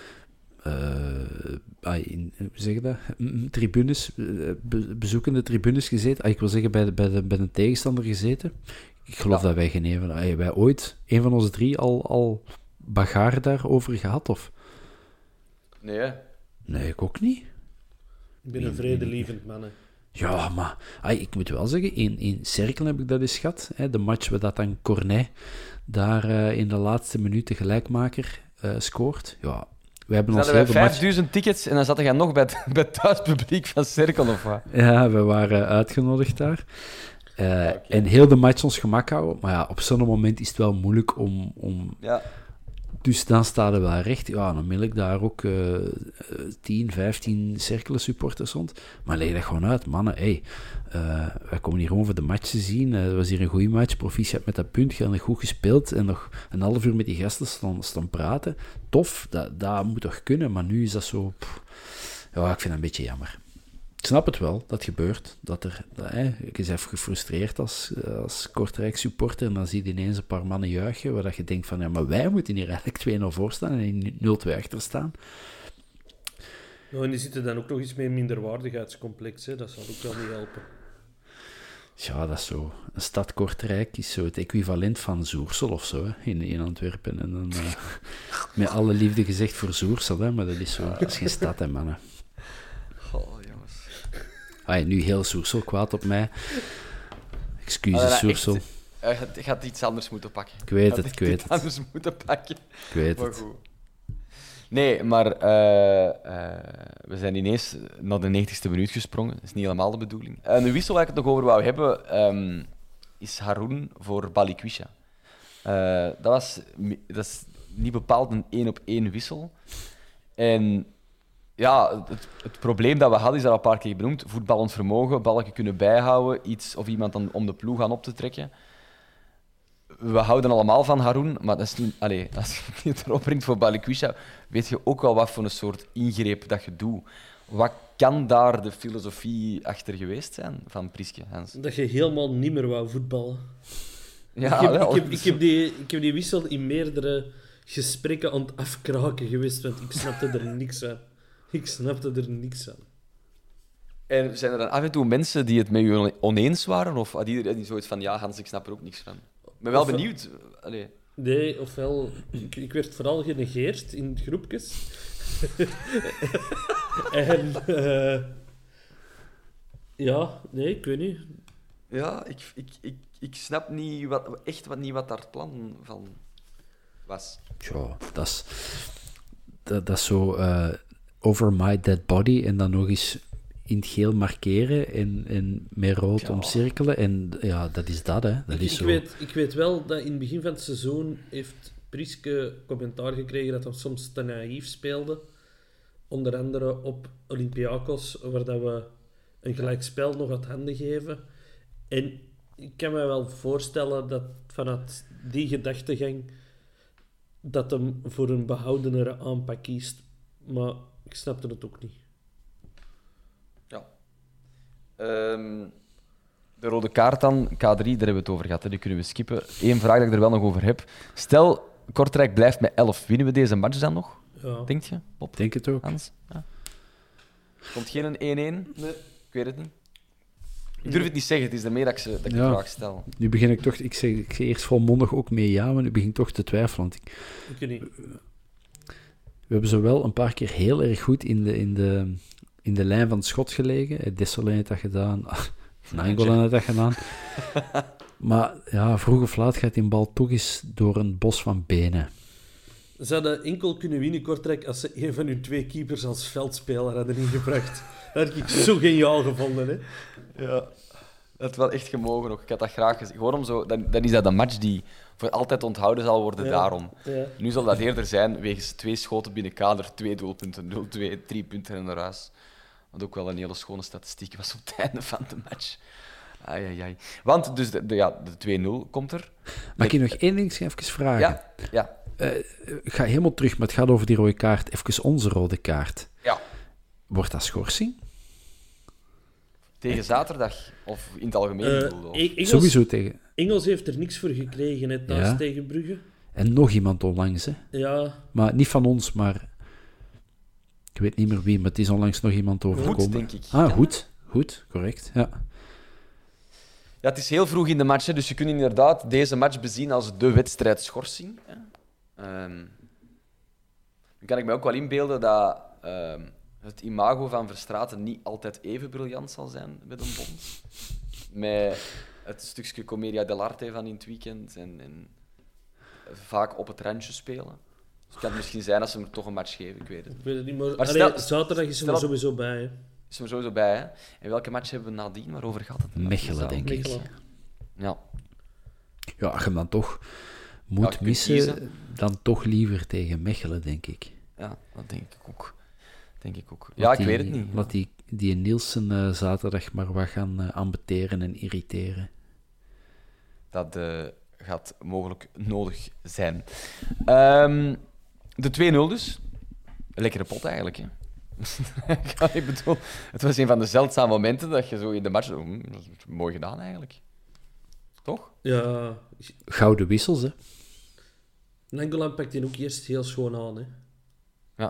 Uh, in, hoe zeg je dat? Tribunes, be, bezoekende tribunes gezeten. Ah, ik wil zeggen, bij de, bij de, bij de tegenstander gezeten. Ik geloof Ja. dat wij geen een van... Ah, wij ooit, een van onze drie, al, al bagarre daarover gehad, of? Nee, hè? Nee, ik ook niet. Ik ben een vredelievend man. Hè. Ja, maar ah, ik moet wel zeggen, in, in Cerkel heb ik dat eens gehad. Hè, de match waar dat dan Cornet daar uh, in de laatste minuut de gelijkmaker uh, scoort. Ja, we hebben Dus ons hadden wij heel de match... vijfduizend tickets en dan zat jij nog bij het, bij het thuispubliek van Cirkel of wat? Ja, we waren uitgenodigd daar. Uh, okay. En heel de match ons gemak houden. Maar ja, op zo'n moment is het wel moeilijk om... om... Ja. Dus dan staan we wel recht. Ja, dan wil ik daar ook uh, tien, vijftien Cerkelen supporters rond. Maar leg dat gewoon uit. Mannen, hey, uh, wij komen hier gewoon voor de match te zien. Het uh, was hier een goede match. Proficiat met dat punt. Je hebt goed gespeeld. En nog een half uur met die gasten staan, staan praten. Tof, dat, dat moet toch kunnen. Maar nu is dat zo... Pff, ja, ik vind dat een beetje jammer. Ik snap het wel, dat gebeurt. Dat er, dat, hè, ik is even gefrustreerd als, als Kortrijk supporter en dan zie je ineens een paar mannen juichen, waar dat je denkt van, ja, maar wij moeten hier eigenlijk twee nul voor staan en nul twee achter staan. Ja, en die zitten dan ook nog eens met een minderwaardigheidscomplex, hè. Dat zal ook wel niet helpen. Ja, dat is zo. Een stad Kortrijk is zo het equivalent van Zoersel of zo, hè, in, in Antwerpen. En dan, uh, met alle liefde gezegd voor Zoersel, hè, maar dat is zo, dat is geen stad, hè, mannen. Oh, jongens. Ah, nu heel Soersel kwaad op mij. Excuses, ah, Soersel. Je uh, gaat iets anders moeten pakken. Ik weet het, ik weet het. iets anders moeten pakken. Ik weet maar het. Goed. Nee, maar uh, uh, we zijn ineens naar de negentigste minuut gesprongen. Dat is niet helemaal de bedoeling. Uh, een wissel waar ik het nog over wou hebben, um, is Haroun voor Balikwisha. Uh, dat was dat is niet bepaald een één-op-één wissel. En... Ja, het, het probleem dat we hadden is dat al een paar keer benoemd. Voetballend vermogen, balken kunnen bijhouden, iets of iemand dan om de ploeg aan op te trekken. We houden allemaal van Haroun, maar dat is niet, allez, als je het erop brengt voor Balikwisha, weet je ook wel wat voor een soort ingreep dat je doet. Wat kan daar de filosofie achter geweest zijn van Priske, Hans? Dat je helemaal niet meer wou voetballen. Ja, ik, heb, wel, ik, heb, ik, heb die, ik heb die wissel in meerdere gesprekken aan het afkraken geweest, want ik snapte er niks aan. Ik snapte er niks aan. En zijn er dan af en toe mensen die het met u oneens waren? Of had iedereen die zoiets van, ja, Hans, ik snap er ook niks van? Ik ben wel of, benieuwd. Allee. Nee, ofwel... Ik, ik werd vooral genegeerd in groepjes. en... Uh, ja, nee, ik weet niet. Ja, ik, ik, ik, ik snap niet wat, echt wat, niet wat daar het plan van was. Ja, dat is... Dat, dat is zo... Uh, over my dead body en dan nog eens in het geel markeren en, en met rood ja. omcirkelen. En ja, dat is dat, hè. Dat ik, is ik, zo... weet, ik weet wel dat in het begin van het seizoen heeft Priske commentaar gekregen dat hij soms te naïef speelde. onder andere op Olympiakos, waar dat we een gelijkspel nog uit handen geven. En ik kan me wel voorstellen dat vanuit die gedachtegang dat hem voor een behoudenere aanpak kiest. Maar ik snapte het ook niet. Ja. Um, de rode kaart dan, K drie, daar hebben we het over gehad. Hè. Die kunnen we skippen. Eén vraag dat ik er wel nog over heb. Stel, Kortrijk blijft met elf. Winnen we deze match dan nog? Ja. Denk je? Bob? Denk het ook. Hans? Ja. Komt geen een één-één? Nee. Ik weet het niet. Ik durf het niet zeggen, het is ermee dat ik, ze, dat ik ja. de vraag stel. Nu begin ik toch... Ik zeg, ik zeg eerst volmondig ook mee ja, maar nu begin ik toch te twijfelen. Want ik, ik weet niet. We hebben zo wel een paar keer heel erg goed in de, in de, in de lijn van het schot gelegen. Dessolé heeft dat gedaan. Nainggolan heeft dat gedaan. Maar ja, vroeg of laat gaat die bal toch eens door een bos van benen. Ze hadden enkel kunnen winnen, Kortrijk, als ze een van hun twee keepers als veldspeler hadden ingebracht. Dat had ik zo geniaal gevonden, hè. Ja, dat had wel echt gemogen ook. Ik had dat graag gezien. Gewoon om zo, dan, dan is dat een match die voor altijd onthouden zal worden, ja. daarom. Ja. Nu zal dat eerder zijn, wegens twee schoten binnen kader, twee doelpunten, nul twee, drie punten en naar huis. Wat ook wel een hele schone statistiek was op het einde van de match. Ai, ai, ai. Want dus de, de, ja, de twee nul komt er. Mag ik je nog één ding even vragen? Ja, ja. Uh, ik ga helemaal terug, maar het gaat over die rode kaart. Even onze rode kaart. Ja. Wordt dat schorsing? Tegen zaterdag? Of in het algemeen? Uh, bedoel, Engels, Sowieso tegen... Engels heeft er niks voor gekregen, hè, thuis ja. tegen Brugge. En nog iemand onlangs, hè? Ja. Maar niet van ons, maar... Ik weet niet meer wie, maar het is onlangs nog iemand overkomen. Goed, denk ik. Ah, goed. Goed, correct, ja. Ja, het is heel vroeg in de match, hè, dus je kunt inderdaad deze match bezien als de wedstrijd schorsing. Um, nu kan ik me ook wel inbeelden dat um, het imago van Verstraeten niet altijd even briljant zal zijn met een bond. Met het stukje Commedia dell'arte van in het weekend en, en vaak op het randje spelen. Dus het kan misschien zijn dat ze hem toch een match geven, ik weet het. Ik weet het niet, maar, maar stel, stel, zaterdag is hij er sowieso bij. Hè. Is er sowieso bij, hè? En welke match hebben we nadien? Waarover gaat het? Mechelen, denk ik. Mechelen. Ja. Ja, als je hem dan toch moet ja, missen, kiezen. dan toch liever tegen Mechelen, denk ik. Ja, dat denk ik ook. Denk ik ook. Ja, ik die, weet het niet. Laat die, die Nielsen uh, zaterdag maar wat gaan uh, ambeteren en irriteren. Dat uh, gaat mogelijk nodig zijn. Um, de twee nul dus. Een lekkere pot eigenlijk, hè. Ik bedoel, het was een van de zeldzame momenten dat je zo in de match... Oh, dat is mooi gedaan, eigenlijk. Toch? Ja. Gouden wissels, hè. Nainggolan pakt die ook eerst heel schoon aan, hè. Ja.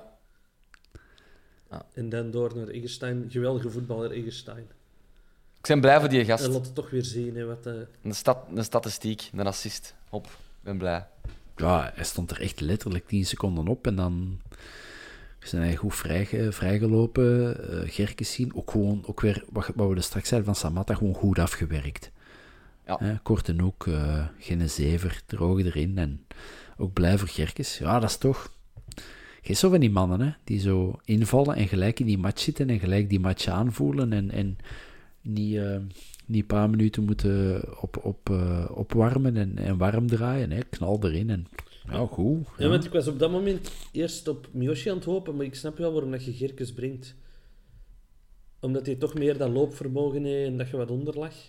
ja. En dan door naar Eggestein. Geweldige voetballer, Eggestein. Ik ben blij voor die gast. En laat het toch weer zien, hè, wat... Uh... Een, stat, een statistiek, een assist. Hop, ik ben blij. Ja, hij stond er echt letterlijk tien seconden op en dan... zijn hij goed vrij, vrijgelopen. Uh, Gerkes zien. Ook gewoon, ook weer, wat, wat we er straks zeiden van Samatta, gewoon goed afgewerkt. Ja. Hè, kort en ook, uh, geen zever, droog erin. En ook blij voor Gerkes. Ja, dat is toch... Geen zo van die mannen, hè, die zo invallen en gelijk in die match zitten en gelijk die match aanvoelen en, en niet, uh, niet een paar minuten moeten op, op, uh, opwarmen en, en warm draaien. Hè. Knal erin en... Ja, goed. Ja. Ja, want ik was op dat moment eerst op Miyoshi aan het hopen, maar ik snap wel waarom dat je Gerkes brengt. Omdat hij toch meer dat loopvermogen heeft en dat je wat onder lag.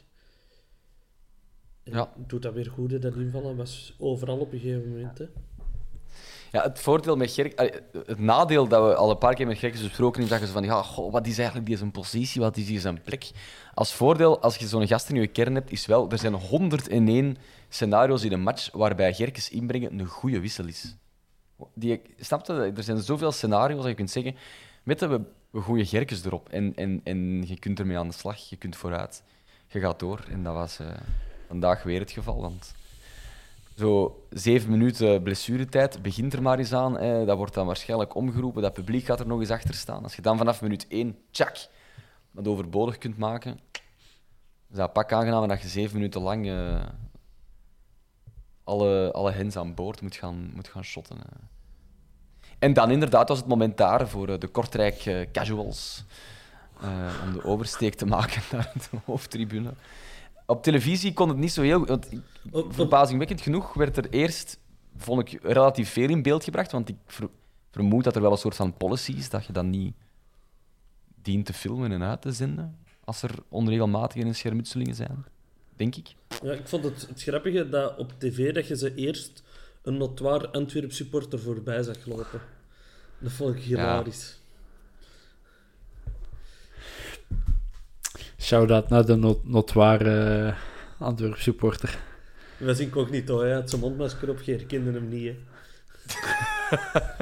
En ja. doet dat weer goed, hè, dat invallen was overal op een gegeven moment. Hè. Ja, het voordeel met Gerk... Het nadeel dat we al een paar keer met Gerkes besproken hebben, dat je zo van, ja, goh, wat is eigenlijk die zijn positie, wat is die zijn plek? Als voordeel, als je zo'n gast in je kern hebt, is wel, er zijn honderd en één scenario's in een match waarbij Gerkes inbrengen een goede wissel is. Die, snap je? Er zijn zoveel scenario's dat je kunt zeggen, met we, we gooien Gerkes erop en, en, en je kunt ermee aan de slag, je kunt vooruit, je gaat door. En dat was uh, vandaag weer het geval, want... Zo zeven minuten blessuretijd, begint er maar eens aan. Hè. Dat wordt dan waarschijnlijk omgeroepen, dat publiek gaat er nog eens achter staan. Als je dan vanaf minuut één, tjak, dat overbodig kunt maken, is dat pak aangenaam dat je zeven minuten lang uh, alle, alle hens aan boord moet gaan, moet gaan shotten. Uh. En dan inderdaad was het moment daar voor uh, de Kortrijk uh, casuals uh, om de oversteek te maken naar de hoofdtribune. Op televisie kon het niet zo heel... Want verbazingwekkend genoeg werd er eerst, vond ik, relatief veel in beeld gebracht. Want ik, vermoed dat er wel een soort van policy is dat je dat niet dient te filmen en uit te zenden als er onregelmatige en schermutselingen zijn, denk ik. Ja, ik vond het, het grappige dat op tv dat je ze eerst een notoire Antwerp supporter voorbij zag lopen. Dat vond ik hilarisch. Ja. Shout-out naar de not- notoire uh, Antwerp supporter. We zien incognito, hij had zijn mondmasker op, je herkende hem niet. Hè.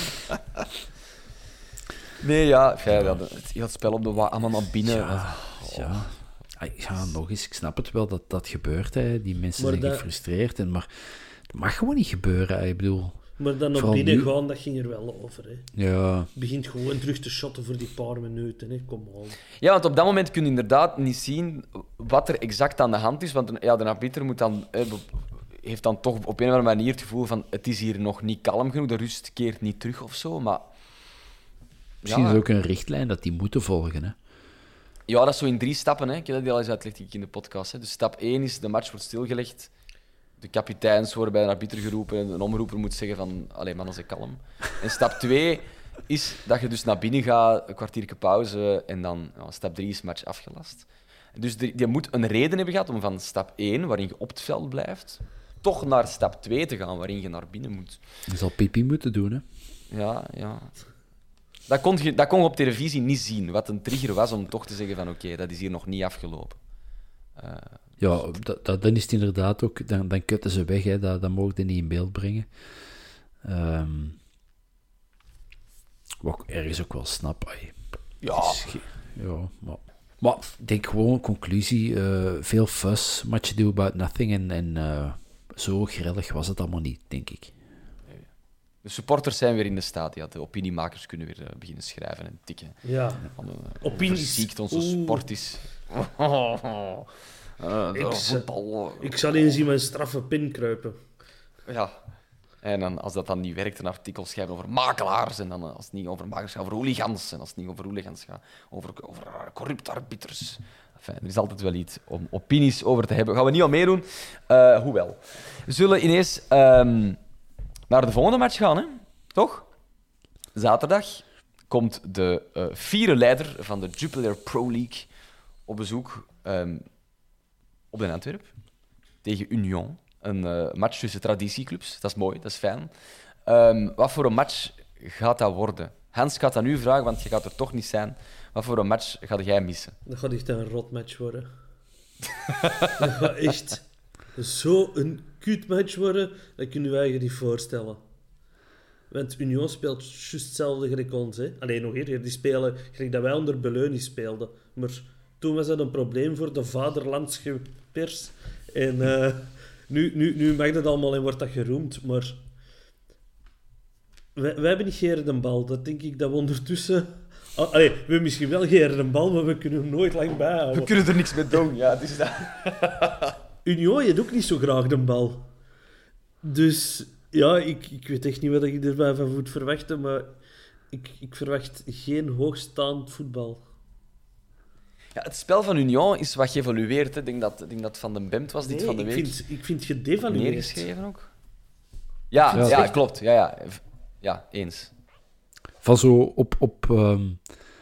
Nee, ja, ja, ja het, het spel op de wa- allemaal naar binnen. Ja, ja. ja, nog eens, ik snap het wel dat dat gebeurt. Hè. Die mensen maar zijn dat... gefrustreerd. En, maar het mag gewoon niet gebeuren. Hè. Ik bedoel... Maar dan naar binnen nu... gaan, dat ging er wel over. Hè. Ja. Je begint gewoon terug te shotten voor die paar minuten. Hè. Kom on. Ja, want op dat moment kun je inderdaad niet zien wat er exact aan de hand is. Want ja, de arbiter moet dan, eh, heeft dan toch op een of andere manier het gevoel van het is hier nog niet kalm genoeg, de rust keert niet terug of zo. Maar, Misschien ja. is het ook een richtlijn dat die moeten volgen. Hè? Ja, dat is zo in drie stappen. Hè. Ik heb dat al eens uitgelegd in de podcast. Hè. Dus stap één is, de match wordt stilgelegd. De kapiteins worden bij een arbiter geroepen en een omroeper moet zeggen van, allee mannen, zijn kalm. En stap twee is dat je dus naar binnen gaat, een kwartiertje pauze en dan ja, stap drie is match afgelast. Dus die, die moet een reden hebben gehad om van stap één, waarin je op het veld blijft, toch naar stap twee te gaan, waarin je naar binnen moet. Je zal pipi moeten doen, hè? Ja, ja. Dat kon je, dat kon je op televisie niet zien, wat een trigger was om toch te zeggen van oké, okay, dat is hier nog niet afgelopen. Uh, Ja, dat, dat, dan is het inderdaad ook... Dan, dan kutten ze weg, hè. Dat, dat mogen ze niet in beeld brengen. Um, wat ik ergens ook wel snap. Ay. Ja. Ge- ja, maar... Maar ik denk gewoon, conclusie, uh, veel fuss, much ado about nothing. En, en uh, zo grillig was het allemaal niet, denk ik. De supporters zijn weer in de stadia. De opiniemakers kunnen weer uh, beginnen schrijven en tikken. Ja. Van, uh, Opinies. Verziekt onze sport is... Uh, ik, voetbal. ik zal eens in mijn straffe pin kruipen. Ja. En dan, als dat dan niet werkt, een artikel schrijven over makelaars. En dan als het niet over makelaars gaat, over hooligans. En als het niet over hooligans gaat, over, over corrupte arbiters. Enfin, er is altijd wel iets om opinies over te hebben. Gaan we niet al meedoen. Uh, hoewel. We zullen ineens um, naar de volgende match gaan, hè? Toch? Zaterdag komt de uh, vierde leider van de Jupiler Pro League op bezoek... Um, op de Antwerp, tegen Union. Een uh, match tussen traditieclubs. Dat is mooi, dat is fijn. Um, wat voor een match gaat dat worden? Hans gaat dat nu vragen, want je gaat er toch niet zijn. Wat voor een match ga jij missen? Dat gaat echt een rotmatch worden. Dat gaat echt zo'n kutmatch worden, dat kunnen wij je niet voorstellen. Want Union speelt juist hetzelfde gelijk ons. Hè? Alleen nog eerder, die spelen gelijk dat wij onder Beleunie speelden. Maar... Toen was dat een probleem voor de vaderlandse pers. En uh, nu, nu, nu mag dat allemaal en wordt dat geroemd. Maar wij, wij hebben niet Gerard de bal. Dat denk ik dat we ondertussen... Oh, allee, we hebben misschien wel Gerard de bal, maar we kunnen hem nooit lang bijhouden. We kunnen er niks mee doen, ja. Het is dat. Union heeft ook niet zo graag de bal. Dus ja, ik, ik weet echt niet wat ik erbij van moet verwachten, maar ik, ik verwacht geen hoogstaand voetbal. Ja, het spel van Union is wat geëvolueerd. Ik denk dat, denk dat Van den Bemt was dit nee, van de ik week. Vind, ik vind gedevalueerd. Neergeschreven ook? Ja, ja, ja klopt. Ja, ja. ja, eens. Van zo op... op um,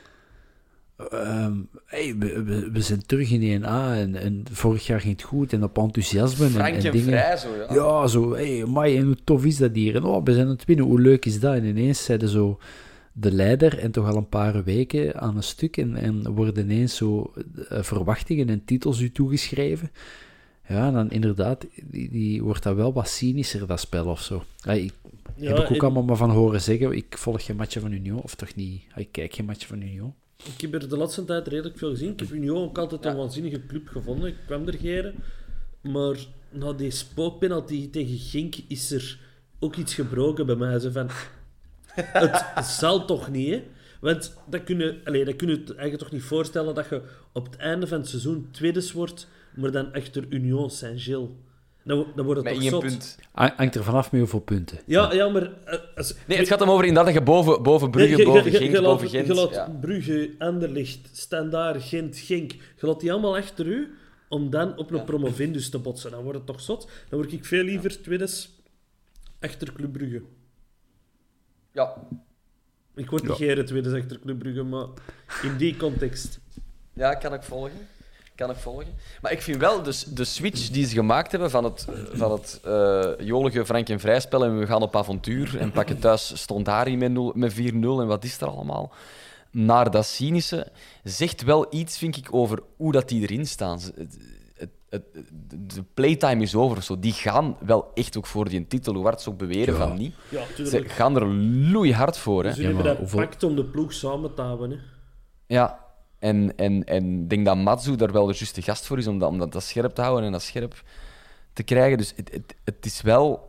um, hey, we, we, we zijn terug in één A en, en vorig jaar ging het goed en op enthousiasme. Frank en, en en dingen. vrij, zo, ja. Ja, zo, hey, amai, en hoe tof is dat hier? En oh, we zijn aan het winnen, hoe leuk is dat? En ineens zeiden zo... de leider en toch al een paar weken aan een stuk en, en worden ineens zo uh, verwachtingen en titels u toegeschreven. Ja, dan inderdaad, die, die wordt dat wel wat cynischer, dat spel of zo. Ja, ik ja, heb ik ook en... allemaal maar van horen zeggen, ik volg geen matchen van Union, of toch niet, ik kijk geen matchen van Union. Ik heb er de laatste tijd redelijk veel gezien. Ik heb Union ook altijd ja. een waanzinnige club gevonden. Ik kwam er geren. Maar na die spookpenalty tegen Genk is er ook iets gebroken bij mij. Zo van... Het zal toch niet, hè? Want dat kun je, allez, dat kun je eigenlijk toch niet voorstellen dat je op het einde van het seizoen tweede wordt, maar dan achter Union Saint-Gilles. Dan, dan wordt het met toch zot. Punt. Hangt er vanaf met hoeveel punten. Ja, ja maar... Als, nee, het gaat om over inderdaad dat je boven, boven Brugge, je, boven je, Genk, je, je boven laat, Gent... Je laat ja. Brugge, Anderlecht, Standaard, Gent, Genk... Je laat die allemaal achter u, om dan op een ja. promovendus te botsen. Dan wordt het toch zot. Dan word ik veel liever ja. tweede achter Club Brugge. Ja. Ik word niet Ja. Gerrit Wedes achter Club Brugge, maar in die context. Ja, kan ik volgen. Kan ik volgen. Maar ik vind wel dus de switch die ze gemaakt hebben van het, van het uh, jolige Frank en Vrijspel en we gaan op avontuur en pakken thuis stond Harry met, nul- met vier nul en wat is er allemaal, naar dat cynische, zegt wel iets, vind ik, over hoe dat die erin staan. Ze- het- het- het- De playtime is over. Zo. Die gaan wel echt ook voor die titel, hoe hard ze ook beweren Ja. van niet. Ja, Ze tuurlijk. gaan er loeihard voor. Hè. Ze Ja, hebben maar dat hoeveel- pakt om de ploeg samen te houden. Hè. Ja, en en, en ik denk dat Matsu daar wel de juiste gast voor is om dat, om dat, dat scherp te houden en dat scherp te krijgen. Dus het, het, het is wel...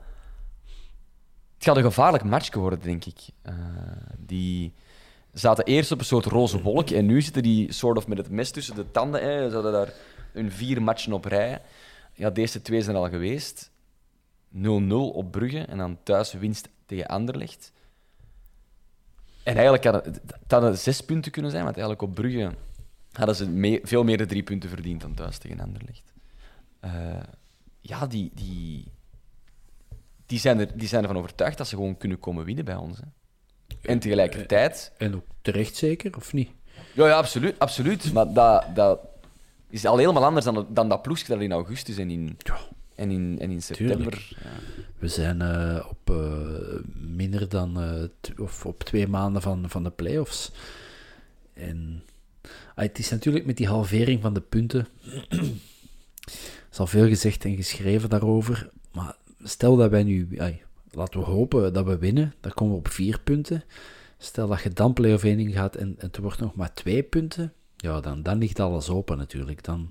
Het gaat een gevaarlijk match worden, denk ik. Uh, die zaten eerst op een soort roze wolk en nu zitten die soort of met het mes tussen de tanden. Hè. Ze hadden daar hun vier matchen op rij. Ja, de eerste twee zijn al geweest. nul nul op Brugge en dan thuis winst tegen Anderlecht. En eigenlijk hadden het het hadden zes punten kunnen zijn, want eigenlijk op Brugge hadden ze mee, veel meer de drie punten verdiend dan thuis tegen Anderlecht. Uh, ja, die, die, die, zijn er, die zijn ervan overtuigd dat ze gewoon kunnen komen winnen bij ons. Hè. En tegelijkertijd... En ook terecht zeker, of niet? Ja, ja absoluut, absoluut. Maar dat, dat is al helemaal anders dan, dan dat ploegje dat in augustus en in, Ja. en in, en in september... Ja. We zijn uh, op uh, minder dan uh, t- of op twee maanden van, van de play-offs. En ah, het is natuurlijk met die halvering van de punten. Er is al veel gezegd en geschreven daarover. Maar stel dat wij nu, ay, laten we hopen dat we winnen, dan komen we op vier punten. Stel dat je dan play-off één in gaat en, en het wordt nog maar twee punten. Ja, dan, dan ligt alles open natuurlijk. Dan...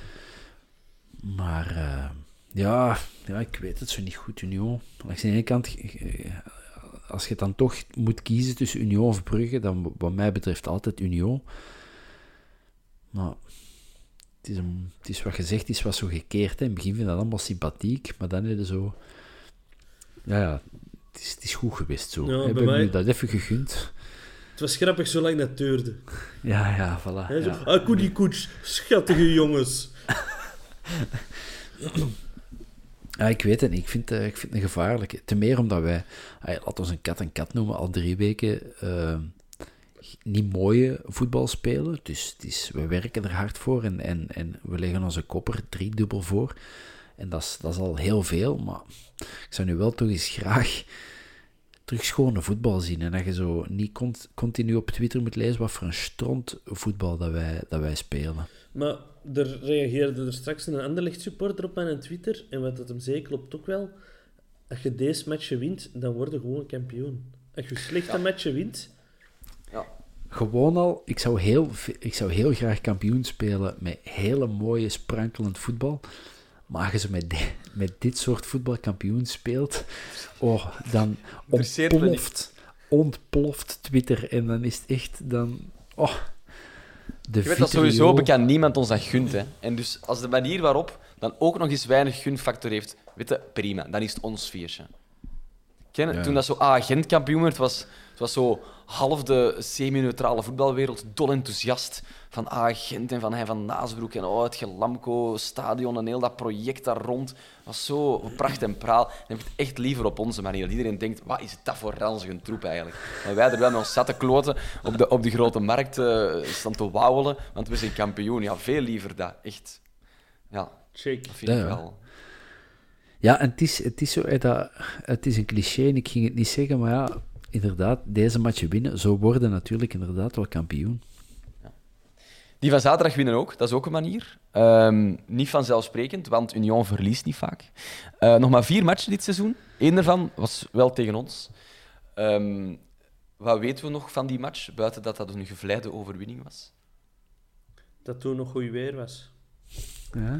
Maar... Uh, Ja, ja, ik weet het zo niet goed, Union. Aan de ene kant, als je dan toch moet kiezen tussen Union of Brugge, dan wat mij betreft altijd Union. Maar het is, een, het is wat gezegd is, wat zo gekeerd. Hè. In het begin vind je dat allemaal sympathiek, maar dan heb je zo... Ja, ja, het is, het is goed geweest zo. Ja, We bij hebben mij- nu dat even gegund. Het was grappig zolang dat duurde. Ja, ja, voilà. Hè, zo, Ja. ah, koedie koets, schattige jongens. Ja, ik weet het niet. Ik vind, uh, ik vind het een gevaarlijke. Ten meer omdat wij, uh, laten we een kat en kat noemen, al drie weken uh, niet mooie voetbal spelen. Dus het is, we werken er hard voor en, en, en we leggen onze kop er driedubbel voor. En dat is, dat is al heel veel, maar ik zou nu wel toch eens graag terug schone voetbal zien. En dat je zo niet cont, continu op Twitter moet lezen wat voor een stront voetbal dat wij, dat wij spelen. Maar er reageerde er straks een Anderlecht-supporter op aan Twitter. En wat dat hem zeker klopt ook wel. Als je deze matchen wint, dan word je gewoon kampioen. Als je slechte Ja. matchen wint... Ja. Gewoon al, ik zou, heel, ik zou heel graag kampioen spelen met hele mooie, sprankelend voetbal. Maar als je zo met, de, met dit soort voetbal kampioen speelt, oh, dan Interesseert me niet. ontploft, ontploft Twitter. En dan is het echt dan... Oh, de Je weet dat vitriol. sowieso bekend niemand ons dat gunt. Hè. En dus als de manier waarop dan ook nog eens weinig gunfactor heeft, weet je, prima, dan is het ons feestje. Ken je? Ja. Toen dat zo ah, Gent kampioen werd, was het was zo half de semi-neutrale voetbalwereld dol enthousiast van ah, Gent en van hij van Naasbroek en oh, het Gelamco-stadion en heel dat project daar rond. was zo pracht en praal. Dan heb ik het echt liever op onze manier. Iedereen denkt, wat is dat voor ranzige troep eigenlijk? En wij er wel met ons zatte kloten op de, op de grote markt uh, staan te wauwelen, want we zijn kampioen. Ja, veel liever dat. Echt. Ja, Check. dat vind Ja, ik ja. wel. Ja, en het is, het is zo, hè, dat, het is een cliché en ik ging het niet zeggen, maar ja, inderdaad, deze matchen winnen, zo worden natuurlijk inderdaad wel kampioen. Die van zaterdag winnen ook, dat is ook een manier. Um, niet vanzelfsprekend, want Union verliest niet vaak. Uh, nog maar vier matchen dit seizoen. Eén daarvan was wel tegen ons. Um, wat weten we nog van die match, buiten dat dat een gevleide overwinning was? Dat toen nog goed weer was. Ja.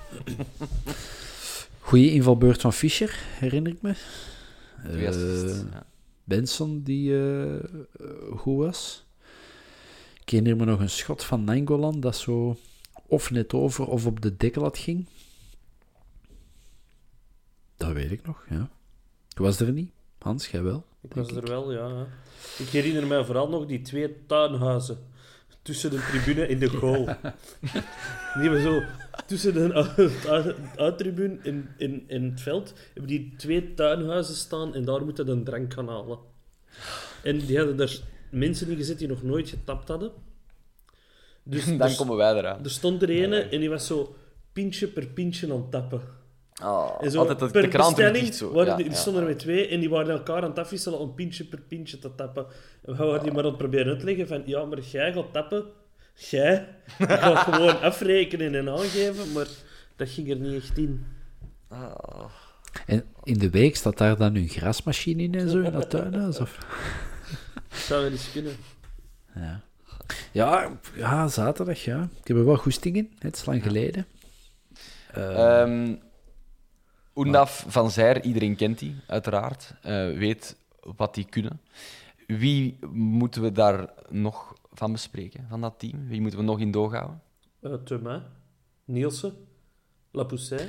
Goeie invalbeurt van Fischer, herinner ik me. Twee assists, Uh, ja. Benson, die uh, uh, goed was. Ik herinner me nog een schot van Nainggolan dat zo of net over of op de dekkel ging. Dat weet ik nog, ja. Ik was er niet. Hans, jij wel? Ik was denk er wel, ja. ja. Ik herinner mij vooral nog die twee tuinhuizen tussen de tribune en de goal. Die hebben zo tussen de uit- uit- uittribune en, en, en het veld hebben die twee tuinhuizen staan en daar moeten we een drank gaan halen. En die hadden daar mensen in gezet die nog nooit getapt hadden. Dus Dan er, komen wij eraan. er stond er ene en die was zo pintje per pintje aan het tappen. Oh, En zo altijd de, per de kraan terug bestelling dicht zo. waren Ja, die, die ja. stonden er met twee en die waren elkaar aan het afwisselen om pintje per pintje te tappen. En we waren die maar aan het proberen uit te leggen van ja, maar jij gaat tappen. Jij je gaat gewoon afrekenen en aangeven, maar dat ging er niet echt in. Oh. En in de week staat daar dan een grasmachine in en zo in dat tuinhuis? Of? Zou wel eens kunnen. Ja. Ja, ja, zaterdag, ja. Ik heb er wel goesting in. Het is lang geleden. Uh, Um, Oendaf van Zijr, iedereen kent die, uiteraard. Uh, weet wat die kunnen. Wie moeten we daar nog van bespreken, van dat team? Wie moeten we nog in doog houden? Uh, Thomas, Nielsen, Lapoussin.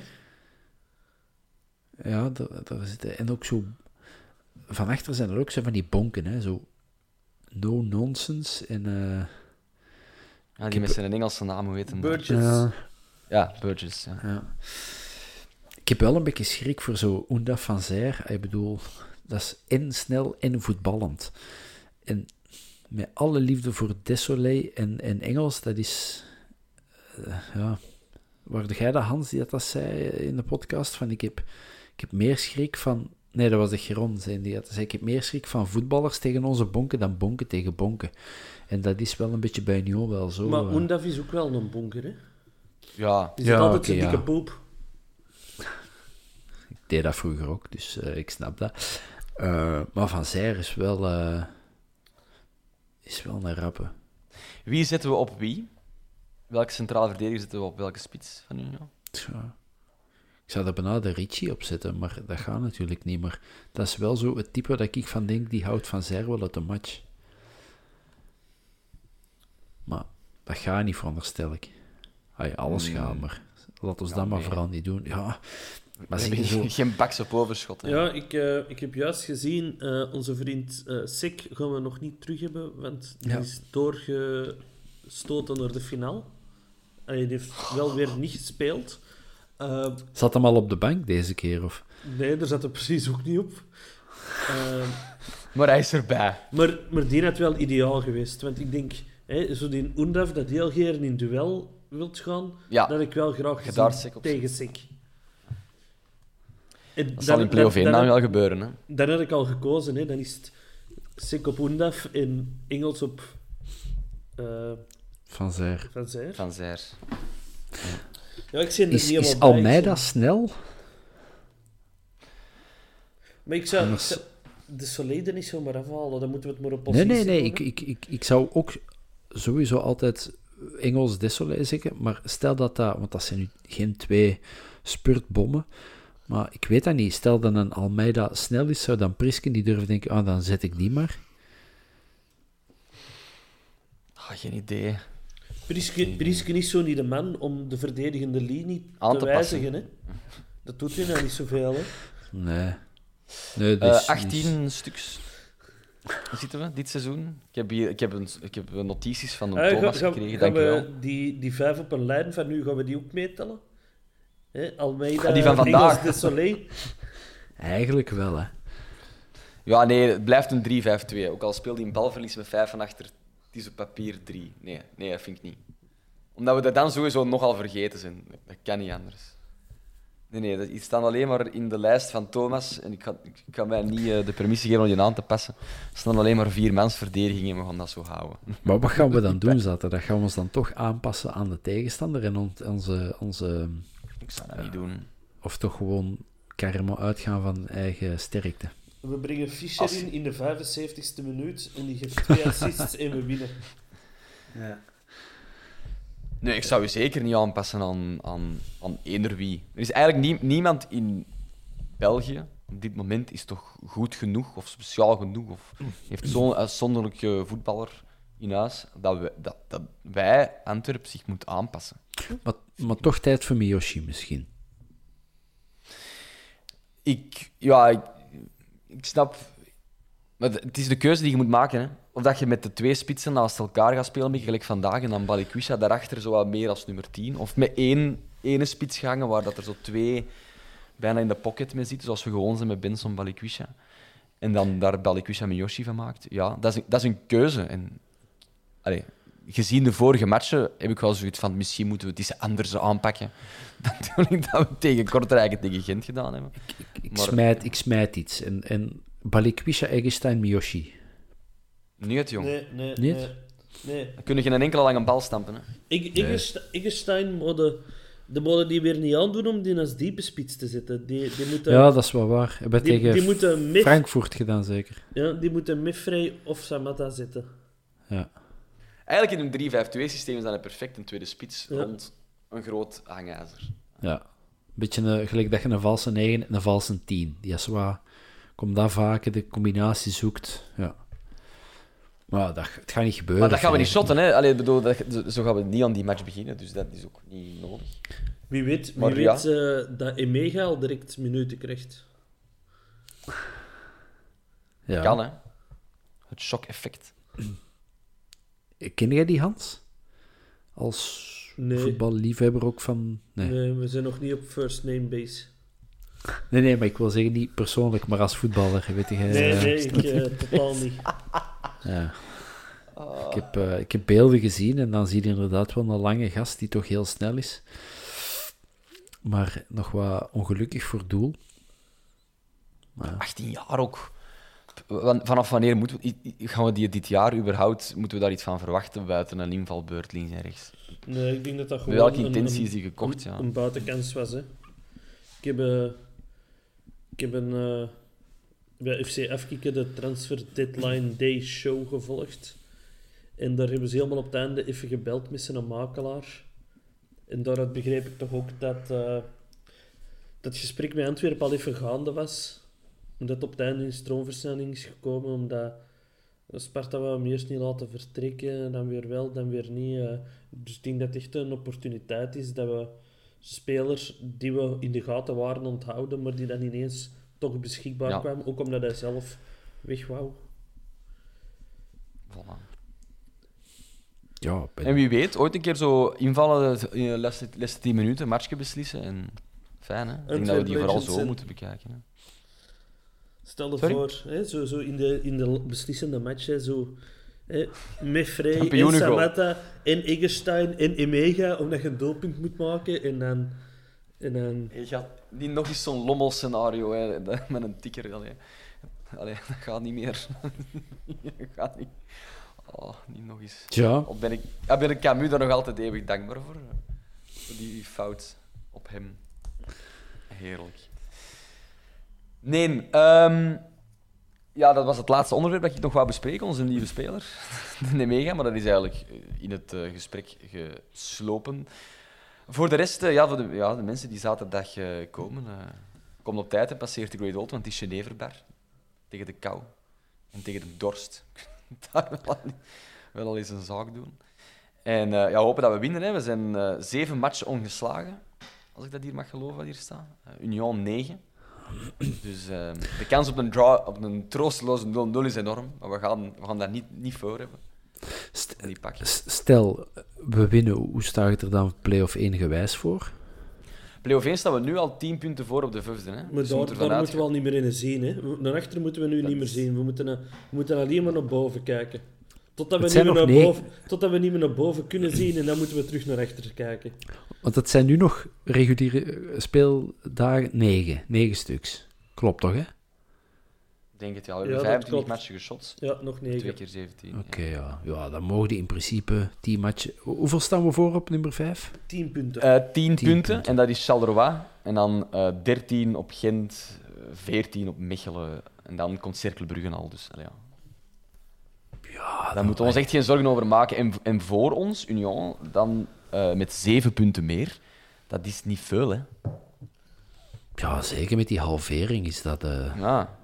ja, daar, daar zitten... En ook zo... Van achter zijn er ook zo van die bonken, hè. Zo no-nonsense en... Uh, Ja, die met zijn Engelse naam, hoe heet hem? Burgess. ja, Ja, Burgess. Ja. ja. Ik heb wel een beetje schrik voor zo Oendaf van Zijr. Ik bedoel, dat is en snel en voetballend. En met alle liefde voor Desolé en, en Engels, dat is... Uh, ja... Waarde jij dat, Hans, die dat, dat zei in de podcast? Van, ik, heb, ik heb meer schrik van... Nee, dat was de Geron, zei die dat. zei, ik heb meer schrik van voetballers tegen onze bonken dan bonken tegen bonken. En dat is wel een beetje bij Union wel zo. Maar uh, Oendaf is ook wel een bonker, hè? Ja. Die zit Ja, altijd oké, zijn ja. dikke poep. Ik deed dat vroeger ook, dus uh, ik snap dat. Uh, maar Van Zijr is wel... Uh, is wel een rappe. Wie zetten we op wie? Welke centrale verdediger zetten we op welke spits van Union? Tja. Ik zou er bijna de Ricci op zetten, maar dat gaat natuurlijk niet. Maar dat is wel zo het type dat ik van denk, die houdt Van Zijr wel uit de match. Maar dat gaat niet, veronderstel ik. Ay, alles Mm. gaat, maar laat ons Ja, dat maar nee. vooral niet doen. Ja, maar We zie je hebben zo... geen baks op overschot. Hè. Ja, ik, uh, ik heb juist gezien, uh, onze vriend uh, Sek gaan we nog niet terug hebben, want die Ja. is doorgestoten naar de finale. Hij heeft wel weer niet gespeeld. Uh, Zat hem al op de bank deze keer, of... nee, daar zat er precies ook niet op. Uh, Maar hij is erbij. maar, maar die had wel ideaal geweest, want ik denk, hè, zo die Oendaf dat heel graag in duel wilt gaan, Ja. dat ik wel graag Je daar gezien Sek op tegen Sek. En Dat dan- zal in play-off één dan- dan dan- wel gebeuren. Hè. Dan heb ik al gekozen, hè. Dan is het Sek op Oendaf en Engels op uh, Van Zijr. Van Zijr. Van Zijr. Ja, ik zie er Is, niet is helemaal bij. Almeida Ik zie- snel? Maar ik zou, ik Anders- zou de Solide niet zomaar afhalen. Dan moeten we het maar op Nee, positie nee, nee. Ik, houden. ik, ik, ik zou ook sowieso altijd Engels Desolé zeggen. Maar stel dat dat... Want dat zijn nu geen twee spurtbommen. Maar ik weet dat niet. Stel dat een Almeida snel is, zou dan Prisken die durven denken... Ah, dan zet ik die maar. Oh, geen idee. Priske, Priske is zo niet de man om de verdedigende linie Aan te, te wijzigen. Hè. Dat doet hij nou niet zoveel. Hè. Nee. Nee, Uh, dus, achttien stuks. Hoe zitten we dit seizoen? Ik heb, hier, ik heb, een, ik heb notities van de Ah, Thomas ga- ga- gekregen, gaan dank je we wel. die, die vijf op een lijn van nu, gaan we die ook meetellen? Hè, Almeida, Ah, die van vandaag. Engels, Desolé. Eigenlijk wel, hè. Ja, nee, het blijft een drie vijf twee. Ook al speelt hij een balverlies met vijf van achter, het is op papier drie. Nee, nee, dat vind ik niet. Omdat we dat dan sowieso nogal vergeten zijn. Dat kan niet anders. Nee, nee, dat- die staan alleen maar in de lijst van Thomas. En ik ga, ik kan mij niet uh, de permissie geven om die aan te passen. Er staan alleen maar vier mansverdedigingen en we gaan dat zo houden. Maar wat gaan we dan doen zaterdag? Gaan we ons dan toch aanpassen aan de tegenstander en on- onze... onze Ik zou dat niet doen. of toch gewoon karma uitgaan van eigen sterkte? We brengen Fischer Als- in in de vijfenzeventigste minuut en die geeft twee assists en we winnen. Nee, ik zou je zeker niet aanpassen aan, aan, aan eender wie. Er is eigenlijk nie- niemand in België op dit moment is toch goed genoeg of speciaal genoeg of heeft zo'n uitzonderlijke voetballer in huis dat, we, dat, dat wij, Antwerpen, zich moeten aanpassen. Maar, maar toch tijd voor Miyoshi misschien. Ik, ja, ik, ik snap... Maar het is de keuze die je moet maken. Hè. Of dat je met de twee spitsen naast elkaar gaat spelen, gelijk vandaag, en dan Balikwisha daarachter zo wat meer als nummer tien. Of met één ene spits gangen, waar dat er zo twee bijna in de pocket mee zitten, zoals we gewoon zijn met Benson Balikwisha. En dan daar Balikwisha Miyoshi van maakt. Ja, dat is een, dat is een keuze. En, allee, gezien de vorige matchen heb ik wel zoiets van misschien moeten we het iets anders aanpakken dan toen dat we tegen Kortrijk en tegen Gent gedaan hebben. Ik, ik, ik, Maar- smijt, ik smijt iets. En, en Balikwisha, Eggestein, Miyoshi. Niet, jong. Nee, nee, Niet? nee. nee. Dan kun je geen enkele lange bal stampen. Hè. Ik, Eggest- Eggestein moet de, de mogen die weer niet aandoen om die als diepe spits te zetten. Die, die moeten, Ja, dat is wel waar. Hebben we die, tegen die moeten Mif, Frankfurt gedaan, zeker. ja, die moeten Mifrey of Samatta zetten. Ja. Eigenlijk in een drie vijf twee systeem is dat een perfecte tweede spits Ja. rond een groot hangijzer. Ja. Een beetje een, gelijk dat je een valse negen en een valse tien. Die is wat... Komt daar vaak, de combinatie zoekt. Ja. Maar dat, het gaat niet gebeuren. Maar dat gaan we niet vind ik. shotten, hè? Allee, bedoel, dat, zo gaan we niet aan die match beginnen, dus dat is ook niet nodig. Wie weet, wie Maar ja. weet eh, dat Emega al direct minuten krijgt. Ja. Kan, hè? Het shock-effect. Ken jij die, Hans? Als Nee. voetballiefhebber ook van... Nee. nee. Nee, we zijn nog niet op first name base. nee, maar ik wil zeggen niet persoonlijk, maar als voetballer, weet je... Nee, eh, nee, ik eh, totaal niet. Ja. Ik, heb, eh, ik heb beelden gezien en dan zie je inderdaad wel een lange gast die toch heel snel is. Maar nog wat ongelukkig voor doel. Maar ja. achttien jaar ook. Wan- Vanaf wanneer moeten we, i- i- gaan we die dit jaar überhaupt, moeten we daar iets van verwachten buiten een invalbeurt links en rechts? Nee, ik denk dat dat Met gewoon welke een- intentie een- is die gekocht? een, Ja. een buitenkans was. Hè. Ik heb, eh, ik heb een, eh, bij F C Afkikken de Transfer Deadline Day show gevolgd. En daar hebben ze helemaal op het einde even gebeld met zijn makelaar. En daaruit begreep ik toch ook dat eh, dat het gesprek met Antwerpen al even gaande was. Omdat het op het einde in stroomversnelling is gekomen, omdat Sparta wou hem eerst niet laten vertrekken, dan weer wel, dan weer niet. eh. Dus ik denk dat het echt een opportuniteit is dat we spelers die we in de gaten waren onthouden, maar die dan ineens toch beschikbaar Ja. kwamen, ook omdat hij zelf weg wou. Voilà. ja, bij- En wie weet, ooit een keer zo invallen in de laatste, laatste tien minuten, een matchje beslissen. En fijn, hè? Ik denk dat we die vooral zo Legends moeten bekijken. Hè? Stel je Sorry? voor, hè, zo, zo in, de, in de beslissende match, hè, zo, hè, Mefrey en Kampioenengoal. Samatta en Eggestein en Emega, omdat je een doelpunt moet maken en dan... En dan Je gaat niet nog eens zo'n lommel-scenario hè, dat- met een tikker. Allee. Allee, dat gaat niet meer. dat gaat niet. Oh, niet nog eens. Tja, Of ben ik, ja, ben ik Camus daar nog altijd eeuwig dankbaar voor? Voor die fout op hem. Heerlijk. Nee, ehm, ja, dat was het laatste onderwerp dat ik nog wou bespreken, onze nieuwe speler. De Nemega, maar dat is eigenlijk eh, in het eh, gesprek geslopen. Voor de rest, eh, ja, voor de, ja, de mensen die zaterdag eh, komen, eh kom op tijd en passeert de Great Old, want het is Geneverbar. Tegen de kou en tegen de dorst. Daar wel al, wel al eens een zaak doen. En eh, ja, we hopen dat we winnen. Hè. We zijn eh, zeven matchen ongeslagen, als ik dat hier mag geloven wat hier staat. Uh, Union negen. Dus eh, de kans op een, draw, op een troosteloze nul nul is enorm. Maar we gaan, we gaan daar niet, niet voor hebben. st- En die pakken. s- stel, we winnen, hoe staat het er dan play-off één gewijs voor? Play-off één staan we nu al tien punten voor op de vijfde. Hè. Maar Dus we daar, moeten daar ervan moeten we al uitgaan- niet meer in zien. Hè. We- Naar achter moeten we nu Dat niet meer is- zien. We moeten, naar- we moeten alleen maar naar boven kijken. Totdat we, Het niet zijn meer naar nog negen- boven, totdat we niet meer naar boven kunnen zien en dan moeten we terug naar achter kijken. Want het zijn nu nog reguliere eh, speeldagen, negen, negen stuks. Klopt toch, hè? Ik denk het, ja. We Ja, hebben dat vijfentwintig klopt. matchen geschot. Ja, nog Twee negen. keer zeventien. Oké, ja. ja. Dan mogen die in principe tien matchen... Hoe- Hoeveel staan we voor op nummer vijf? Tien punten. Eh tien Tien punten, punten. en dat is Charleroi. En dan eh dertien op Gent, eh, veertien op Mechelen. En dan komt Cerkelbrugge al. Dus, allee, ja. Ja, Daar moeten we ons echt geen zorgen over maken. En, en voor ons, Union, dan eh, met zeven punten meer. Dat is niet veel, hè. Ja, zeker met die halvering is dat... eh, Ja.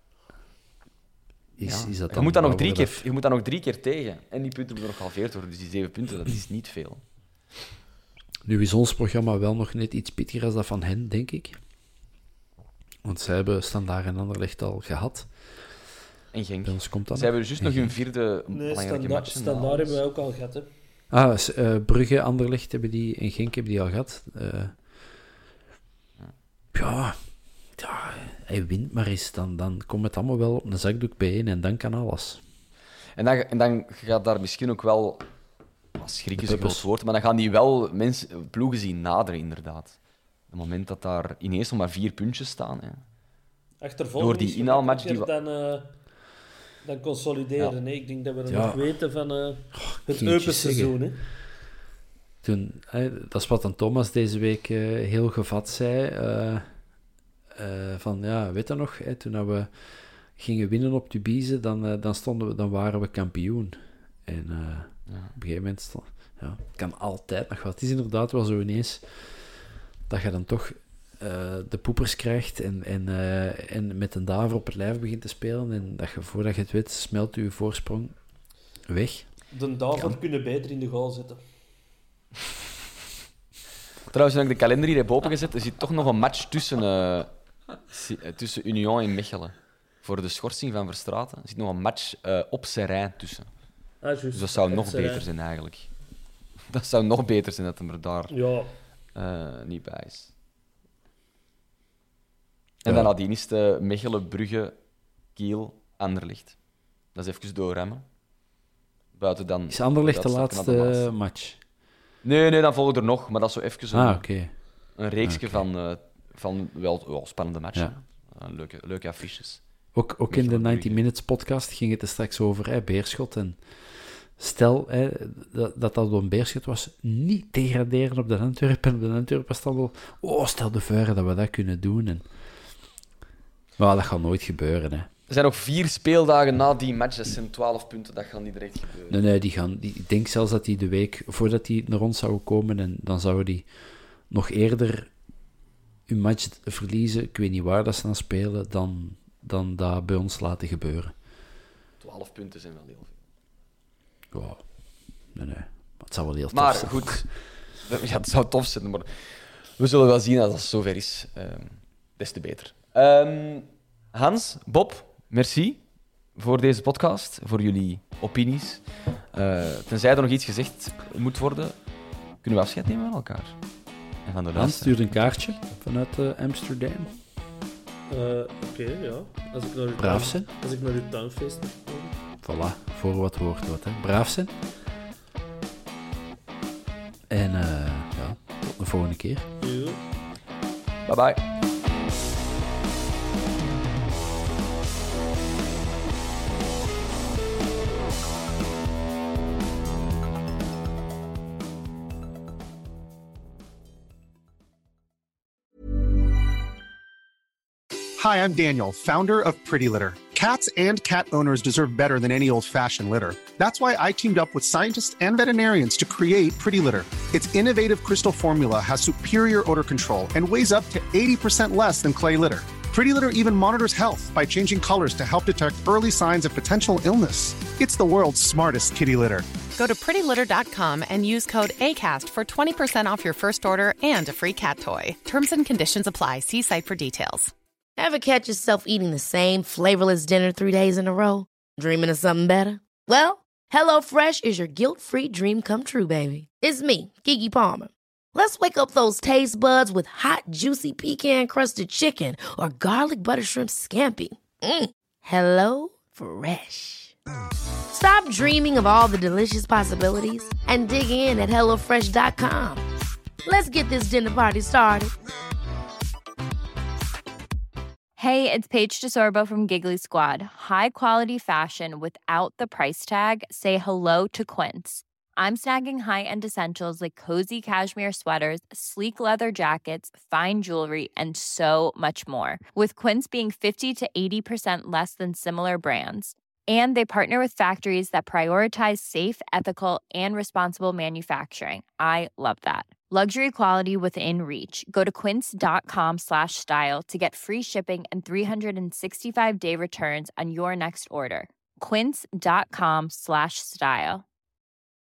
is, Ja. is dat je, dan moet dat nog waar drie we keer, dat- je moet dat nog drie keer tegen. En die punten moeten nog gehalveerd worden. Dus die zeven punten, dat is niet veel. Nu is ons programma wel nog net iets pittiger als dat van hen, denk ik. Want zij hebben Standaard en Anderlecht al gehad. En Genk. Bij ons komt dat Ze nog. hebben dus nog hun vierde Nee, belangrijke standaard, match. standaard hebben wij ook al gehad. Hè. Ah, s- eh, Brugge, Anderlecht hebben die, en Genk hebben die al gehad. Eh, ja, ja, hij wint maar eens, dan, dan komt het allemaal wel op een zakdoek bijeen en dan kan alles. En dan, en dan gaat daar misschien ook wel... Oh, schrik is een groot woord, maar dan gaan die wel mensen, ploegen zien naderen, inderdaad. Op het moment dat daar ineens nog maar vier puntjes staan. Hè. Achtervolging Door die inhaalmatch die... dan, uh, dan consolideren. Ja. Nee, ik denk dat we ja. nog weten van uh, het Eupen-seizoen. Hè. Toen, hè, dat is wat dan Thomas deze week uh, heel gevat zei. Uh, uh, van, ja, weet je nog, hè, toen we gingen winnen op Tubize, dan, uh, dan, stonden we, dan waren we kampioen. En uh, ja. op een gegeven moment... Stond, ja, het kan altijd nog wat. Het is inderdaad wel zo ineens dat je dan toch uh, de poepers krijgt en, en, uh, en met een daver op het lijf begint te spelen en dat je, voordat je het weet, smelt je voorsprong weg. De daver ja. kunnen beter in de goal zetten. Trouwens, toen ik de kalender hier heb opengezet, er zit toch nog een match tussen, uh, tussen Union en Mechelen. Voor de schorsing van Verstraeten. Er zit nog een match uh, op Serijn tussen. Ah, just, dus dat zou nog Serijn. beter zijn, eigenlijk. Dat zou nog beter zijn dat hem er daar ja. uh, niet bij is. En ja. dan nadien is het Mechelen, Brugge, Kiel, Anderlecht. Dat is even doorremmen. Buiten dan... Is Anderlecht de laatste, de laatste match? Nee, nee, dan volgt er nog, maar dat is zo even een, ah, okay. een reeksje okay. van, uh, van wel oh, spannende matchen. Ja. Uh, leuke, leuke affiches. Ook, ook in de negentig minutes podcast ging het er straks over, hè, Beerschot. En stel hè, dat, dat dat door een Beerschot was, niet degraderen op de Antwerpen. En op de Antwerpen staan wel, oh, stel de vuur dat we dat kunnen doen. En... Maar dat gaat nooit gebeuren, hè. Er zijn nog vier speeldagen na die match, dat zijn twaalf punten, dat gaat niet direct gebeuren. Nee, nee, die gaan, die, ik denk zelfs dat die de week voordat die naar ons zouden komen, en dan zouden die nog eerder hun match verliezen, ik weet niet waar dat ze aan spelen, dan, dan dat bij ons laten gebeuren. twaalf punten zijn wel heel veel. Wow. Nee, nee. Maar het zou wel heel tof maar, zijn. Maar goed, ja, het zou tof zijn, maar we zullen wel zien als het zover is. Um, des te beter. Um, Hans, Bob, merci voor deze podcast, voor jullie opinies. Uh, tenzij er nog iets gezegd moet worden, kunnen we afscheid nemen van elkaar. En van de Hans stuurt een kaartje vanuit uh, Amsterdam. Uh, Oké, okay, ja. Als ik naar uw Braaf tuin, zijn. Als ik naar uw tuinfeest mag komen. Voilà, voor wat hoort wat. Hè. Braaf zijn. En uh, ja, tot de volgende keer. Ja. Bye bye. Hi, I'm Daniel, founder of Pretty Litter. Cats and cat owners deserve better than any old-fashioned litter. That's why I teamed up with scientists and veterinarians to create Pretty Litter. Its innovative crystal formula has superior odor control and weighs up to eighty percent less than clay litter. Pretty Litter even monitors health by changing colors to help detect early signs of potential illness. It's the world's smartest kitty litter. Go to pretty litter dot com and use code ACAST for twenty percent off your first order and a free cat toy. Terms and conditions apply. See site for details. Ever catch yourself eating the same flavorless dinner three days in a row? Dreaming of something better? Well, HelloFresh is your guilt-free dream come true, baby. It's me, Keke Palmer. Let's wake up those taste buds with hot, juicy pecan-crusted chicken or garlic butter shrimp scampi. Mm. Hello Fresh. Stop dreaming of all the delicious possibilities and dig in at hello fresh dot com. Let's get this dinner party started. Hey, it's Paige DeSorbo from Giggly Squad. High quality fashion without the price tag. Say hello to Quince. I'm snagging high-end essentials like cozy cashmere sweaters, sleek leather jackets, fine jewelry, and so much more. With Quince being fifty to eighty percent less than similar brands. And they partner with factories that prioritize safe, ethical, and responsible manufacturing. I love that. Luxury quality within reach. Go to quince.com slash style to get free shipping and three sixty-five day returns on your next order. Quince.com slash style.